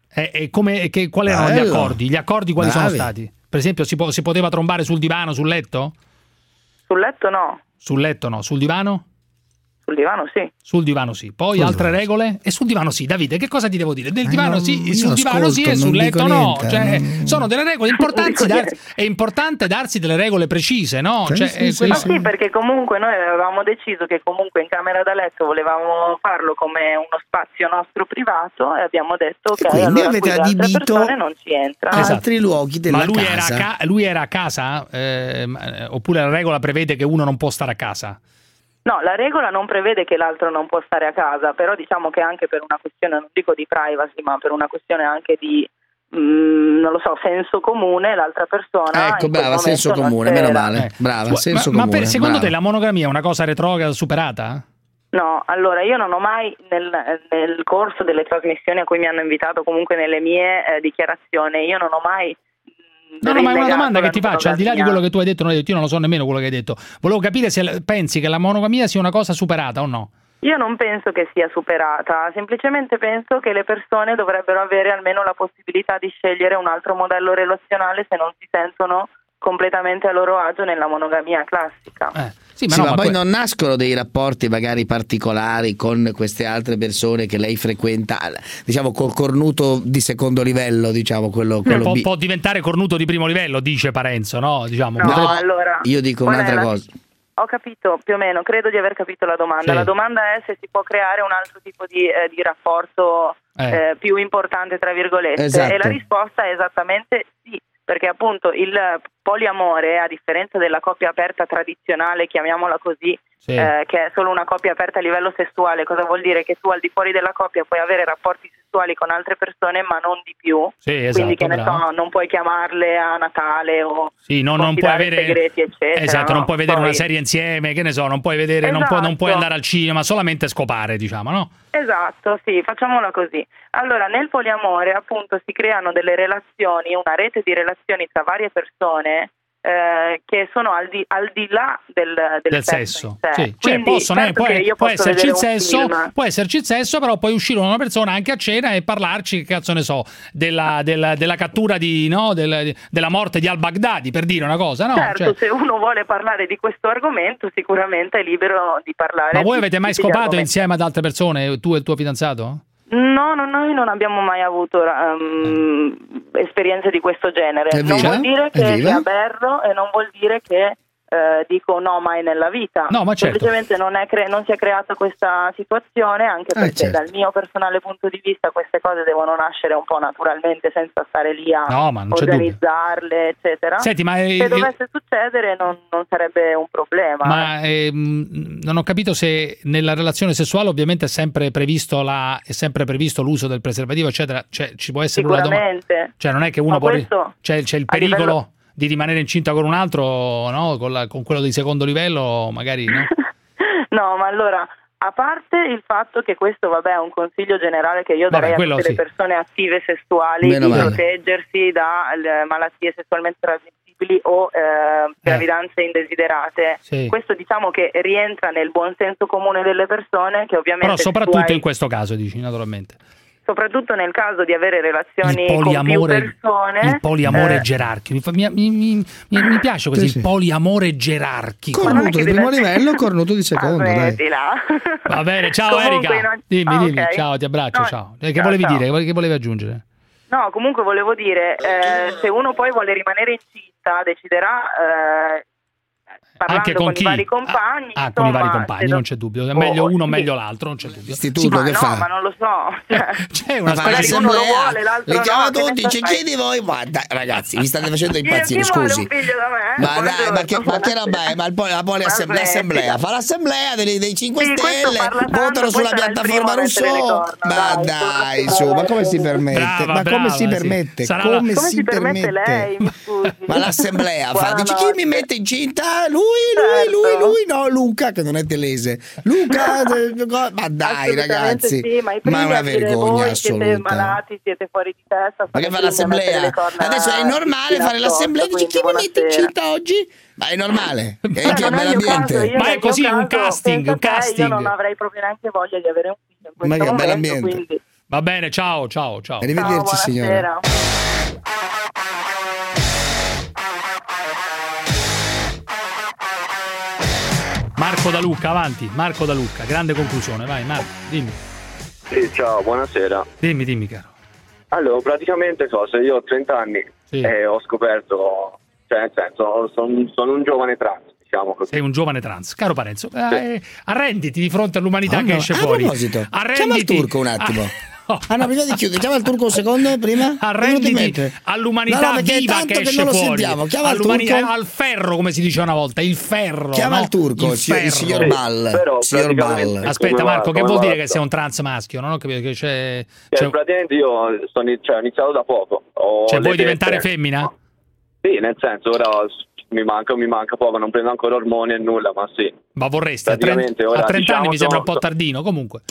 Quali erano gli accordi? Gli accordi quali sono stati? Per esempio, si poteva trombare sul divano, sul letto? Sul letto no. Sul letto no. Sul divano? Sul divano sì. Sul divano sì. Poi altre regole? E sul divano sì. Davide, che cosa ti devo dire? Del divano sì, sul divano sì e sul letto no. Cioè, sono delle regole importanti. È importante darsi delle regole precise, no? Sì, perché comunque noi avevamo deciso che comunque in camera da letto volevamo farlo come uno spazio nostro privato e abbiamo detto ok, quindi allora avete altre adibito persone non ci entrano. Altri luoghi della casa. Ma lui era a casa? Oppure la regola prevede che uno non può stare a casa? No, la regola non prevede che l'altro non può stare a casa, però diciamo che anche per una questione, non dico di privacy, ma per una questione anche di, non lo so, senso comune, l'altra persona... Ecco, brava, senso comune, meno male. Brava, senso comune. Ma secondo te la monogamia è una cosa retrograda, superata? No, allora io non ho mai nel corso delle trasmissioni a cui mi hanno invitato, comunque nelle mie dichiarazioni, io non ho mai... No, ma è una domanda che ti faccio, al di là di quello che tu hai detto, io non lo so nemmeno quello che hai detto. Volevo capire se pensi che la monogamia sia una cosa superata o no. Io non penso che sia superata, semplicemente penso che le persone dovrebbero avere almeno la possibilità di scegliere un altro modello relazionale se non si sentono completamente a loro agio nella monogamia classica. Ma poi non nascono dei rapporti magari particolari con queste altre persone che lei frequenta, diciamo col cornuto di secondo livello, diciamo quello può diventare cornuto di primo livello, dice Parenzo, no? Diciamo, allora, io dico un'altra cosa. Ho capito, più o meno, credo di aver capito la domanda. Sì. La domanda è se si può creare un altro tipo di rapporto più importante, tra virgolette. Esatto. E la risposta è esattamente sì. Perché appunto il poliamore, a differenza della coppia aperta tradizionale, chiamiamola così, che è solo una coppia aperta a livello sessuale, cosa vuol dire? Che tu al di fuori della coppia puoi avere rapporti sessuali con altre persone, ma non di più. Quindi che ne so, non puoi chiamarle a Natale o non puoi avere segreti, eccetera. Esatto, non puoi vedere una serie insieme, che ne so, non puoi vedere, non puoi andare al cinema, solamente scopare, diciamo, no? Esatto, sì, facciamola così. Allora, nel poliamore appunto si creano delle relazioni, una rete di relazioni tra varie persone che sono al di là del sesso. Sì. Cioè, può esserci il sesso, però puoi uscire con una persona anche a cena e parlarci, che cazzo ne so, della cattura della morte di al-Baghdadi, per dire una cosa, no? Certo, se uno vuole parlare di questo argomento sicuramente è libero di parlare. Ma voi avete mai scopato insieme ad altre persone, tu e il tuo fidanzato? No, noi non abbiamo mai avuto esperienze di questo genere. Non vuol dire che aberro e non vuol dire che dico no mai nella vita. No, ma certo. Semplicemente non si è creata questa situazione, anche perché dal mio personale punto di vista queste cose devono nascere un po' naturalmente senza stare lì a organizzarle, eccetera. Senti, ma se dovesse succedere non sarebbe un problema. Ma non ho capito se nella relazione sessuale ovviamente è sempre previsto l'uso del preservativo, eccetera. Cioè, ci può essere sicuramente. Cioè non è che uno c'è il pericolo di rimanere incinta con un altro, no? Con quello di secondo livello, magari, no? No, ma allora, a parte il fatto che questo, è un consiglio generale che io darei a tutte le persone attive sessuali di proteggersi da malattie sessualmente trasmissibili o gravidanze indesiderate. Sì. Questo diciamo che rientra nel buon senso comune delle persone, che ovviamente... Però soprattutto in questo caso, dici, naturalmente. Soprattutto nel caso di avere relazioni con più persone. Il poliamore gerarchico. Mi piace così, il poliamore gerarchico. Cornuto di primo livello, cornuto di secondo. Va bene, ciao Erika. Dimmi, ciao, ti abbraccio, ciao. Che volevi dire? Che volevi aggiungere? No, comunque volevo dire, se uno poi vuole rimanere incinta, deciderà... anche con i vari compagni, con i vari compagni, non c'è dubbio. È meglio uno, meglio l'altro, non c'è dubbio. Istituto che fa? Ma non lo so. C'è una specie uno lo vuole, l'altro li chiama no, tutti, dice chi di voi? Guarda, ragazzi, vi state facendo impazzire, scusi. Ma dai, ma che roba è? Ma l'assemblea fa l'assemblea dei 5 Stelle, votano sulla piattaforma Rousseau. Ma dai, su, ma come si permette? Ma come si permette? Come si permette lei? Ma l'assemblea fa, dice chi mi mette incinta? Lui, no, Luca, che non è telese. Luca, ma dai, ragazzi, ma è una vergogna assoluta. Siete malati, siete fuori di testa. Ma che fa l'assemblea? Adesso è normale fare l'assemblea? Dici chi mi mette incinta oggi? Ma è normale, che è bell'ambiente. Ma è così un casting. Io non avrei proprio neanche voglia di avere un figlio in questo momento, quindi Va bene, ciao. Arrivederci, signora. Marco da Lucca, avanti. Marco da Lucca, grande conclusione. Vai, Marco, dimmi. Sì, ciao, buonasera. Dimmi, caro. Allora, praticamente io ho 30 anni e ho scoperto, cioè nel senso, sono un giovane trans, diciamo così. Sei un giovane trans. Caro Parenzo, arrenditi di fronte all'umanità che esce fuori. A proposito, arrenditi. Chiama il turco un attimo. No, prima di chiudere, chiama il turco un secondo prima. Arrenditi all'umanità viva che esce fuori. Sentiamo. Chiama il turco. Al ferro, come si diceva una volta, il ferro. Chiama il turco, il signor Ball. Signor Ball. Aspetta, Marco, che vuol dire che sei un trans maschio? Non ho capito che c'è. Praticamente io ho iniziato da poco. Vuoi diventare femmina? Sì, nel senso, ora mi manca poco, non prendo ancora ormoni e nulla, ma sì. Ma vorresti? A 30 anni mi sembra un po' tardino, comunque.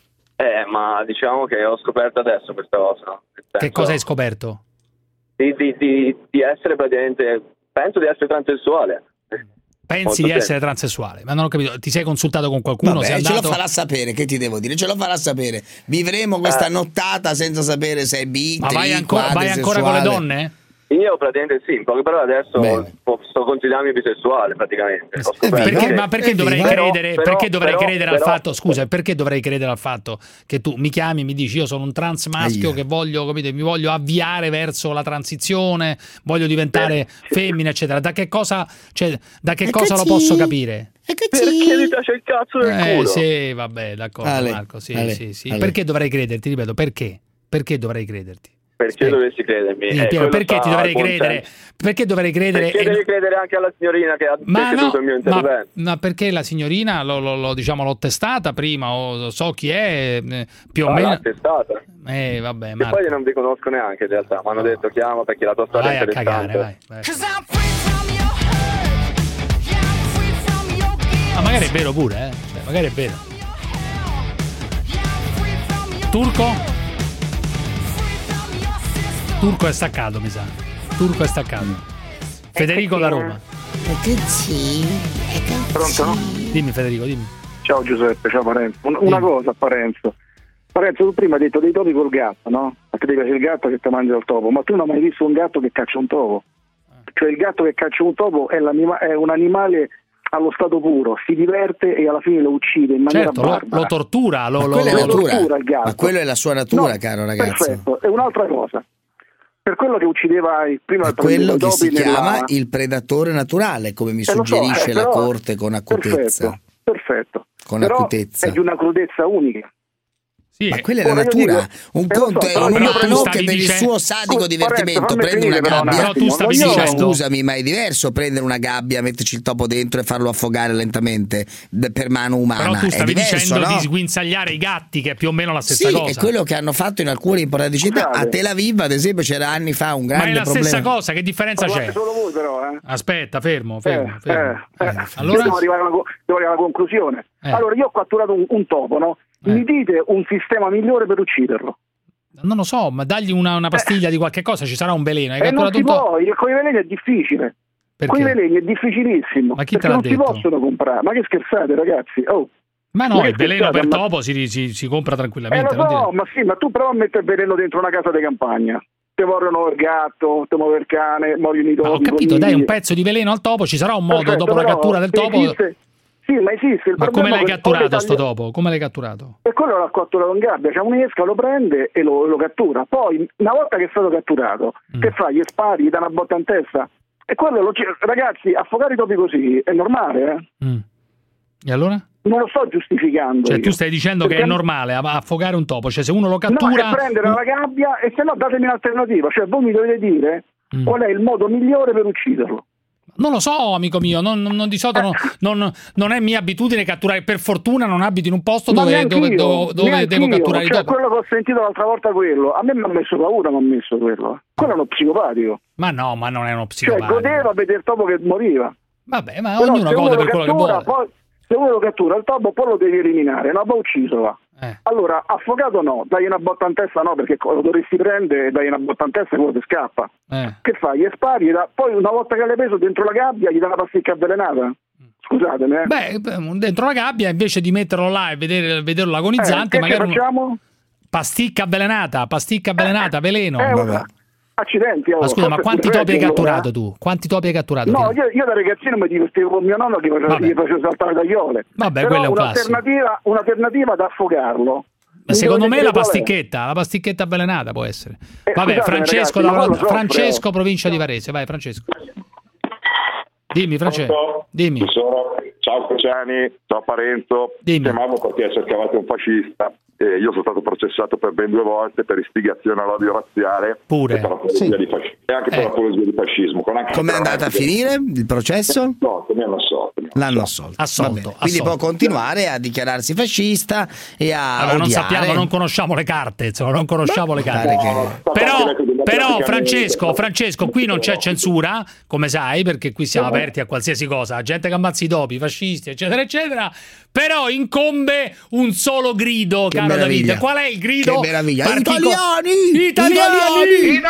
Ma diciamo che ho scoperto adesso questa cosa. Che cosa hai scoperto? Di essere praticamente, penso di essere transessuale. Pensi di essere transessuale? Ma non ho capito, ti sei consultato con qualcuno? Vabbè, ce lo farà sapere, che ti devo dire? Ce lo farà sapere. Vivremo questa nottata senza sapere se è bi, ma vai ancora con le donne? Io praticamente sì, in poche parole adesso sto considerando bisessuale praticamente. Perché dovrei credere al fatto, scusa, perché dovrei credere al fatto che tu mi chiami e mi dici io sono un trans maschio che voglio, capite, mi voglio avviare verso la transizione, voglio diventare femmina, eccetera. Da che cosa lo posso capire? Perché mi piace il cazzo del culo. Sì, vabbè, d'accordo, Marco, sì. Perché dovrei crederti, ripeto, perché? Perché dovrei crederti? Perché dovresti credermi? Perché ti dovrei credere? Perché dovrei credere? Perché devi credere anche alla signorina che ha detto il mio intervento? Ma perché la signorina l'ho testata prima, o so chi è, più o meno. L'ha testata? Vabbè, e poi non vi conosco neanche in realtà, mi hanno detto chiama perché la tua storia è interessante. Vai. Ma magari è vero pure, magari è vero. Turco è staccato, mi sa. Turco è staccato. Federico da Roma. Pronto? Dimmi Federico, dimmi. Ciao Giuseppe, ciao Parenzo. Una cosa, Parenzo, tu prima hai detto dei topi col gatto, no? Perché ti piace il gatto che ti mangia il topo, ma tu non hai mai visto un gatto che caccia un topo. Cioè il gatto che caccia un topo è un animale allo stato puro, si diverte e alla fine lo uccide in maniera barbara. Lo tortura, lo tortura il gatto. Ma quello è la sua natura, caro ragazzo. Perfetto, è un'altra cosa. Per quello che uccideva prima quello che si chiama il predatore naturale, come mi suggerisce la Corte con acutezza. Perfetto. Con acutezza. È di una crudezza unica. Sì, ma quella è la natura. Un conto è un umano che per il suo sadico divertimento prende una gabbia. Scusami, ma è diverso prendere una gabbia, metterci il topo dentro e farlo affogare lentamente per mano umana. Però tu stavi dicendo di sguinzagliare i gatti, che è più o meno la stessa cosa. Sì, è quello che hanno fatto in alcune importanti città. A Tel Aviv, ad esempio, c'era anni fa un grande problema. Ma è la stessa cosa, che differenza c'è? Solo voi però, Aspetta, fermo. Allora devo arrivare alla conclusione. Allora io ho catturato un topo, no? Mi dite un sistema migliore per ucciderlo? Non lo so, ma dagli una pastiglia di qualche cosa, ci sarà un veleno. Non si può, con i veleni è difficile. Con i veleni è difficilissimo. Ma chi te l'ha detto? Non si possono comprare. Ma che scherzate, ragazzi? Ma no, il veleno per topo si compra tranquillamente. Lo so, ma tu prova a mettere il veleno dentro una casa di campagna. Te muoiono il gatto, te muore il cane, muoiono i topi. Ho capito, dai un pezzo di veleno al topo, ci sarà un modo dopo la cattura del topo. Sì, ma esiste. Ma come l'hai catturato sto topo? Come l'hai catturato? E quello l'ha catturato in gabbia, c'è un'esca, lo prende e lo cattura. Poi, una volta che è stato catturato, che fa? Gli spari, gli dà una botta in testa? E quello, ragazzi, affogare i topi così è normale, E allora? Non lo sto giustificando. Cioè tu stai dicendo che è normale affogare un topo, cioè se uno lo cattura... No, è prendere la gabbia e se no datemi un'alternativa, cioè voi mi dovete dire qual è il modo migliore per ucciderlo. Non lo so, amico mio, non di solito non è mia abitudine catturare, per fortuna non abito in un posto dove devo catturare i topi. Quello che ho sentito l'altra volta, a me mi ha messo paura, quello è uno psicopatico. Ma no, ma non è uno psicopatico. Cioè godeva a vedere il topo che moriva. Vabbè, ma ognuno gode per quello che vuole. Poi, se uno lo cattura il topo poi lo devi eliminare, no? Poi uccisola. Allora, affogato no, dai una botta in testa no, perché lo dovresti prendere e dai una botta in testa e quello ti scappa. Che fai? Gli spari, poi una volta che l'hai preso dentro la gabbia gli dà una pasticca avvelenata. Scusatemi. Dentro la gabbia invece di metterlo là e vederlo agonizzante, magari facciamo? Pasticca avvelenata, veleno. Vabbè. Accidenti. Ma scusa, ma quanti topi hai catturato tu? Quanti topi hai catturato? No, io da ragazzino mi divertivo con mio nonno che gli faceva saltare le tagliole. Vabbè, però quello è un classico. Un'alternativa ad affogarlo. Secondo me la pasticchetta avvelenata può essere. Vabbè, Francesco, ragazzi, Francesco, provincia di Varese. Vai, Francesco. Dimmi, Francesco. Dimmi. Ciao Cociani, ciao Parenzo. Chiamavo perché cercavate un fascista. Io sono stato processato per ben 2 volte per istigazione all'odio razziale pure e per apologia di fascismo, e anche per apologia di fascismo. Come è andata a finire il processo? No, mi hanno assolto. L'hanno assolto. Quindi può continuare a dichiararsi fascista e a allora, non sappiamo, non conosciamo le carte, insomma, non conosciamo le carte. Però Francesco, qui non c'è censura, come sai, perché qui siamo aperti a qualsiasi cosa, a gente che ammazza i topi, fascisti, eccetera, eccetera. Però incombe un solo grido, caro Davide. Qual è il grido? Che meraviglia! Italiani!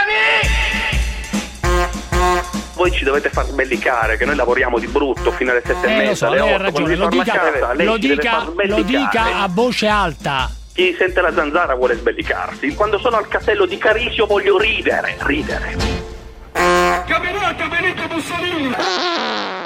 Voi ci dovete far sbellicare, che noi lavoriamo di brutto fino alle 7:30, alle 8. Lei ha ragione, lo dica a voce alta. Chi sente la zanzara vuole sbellicarsi. Quando sono al castello di Carisio voglio ridere. Camerata Benito Mussolini!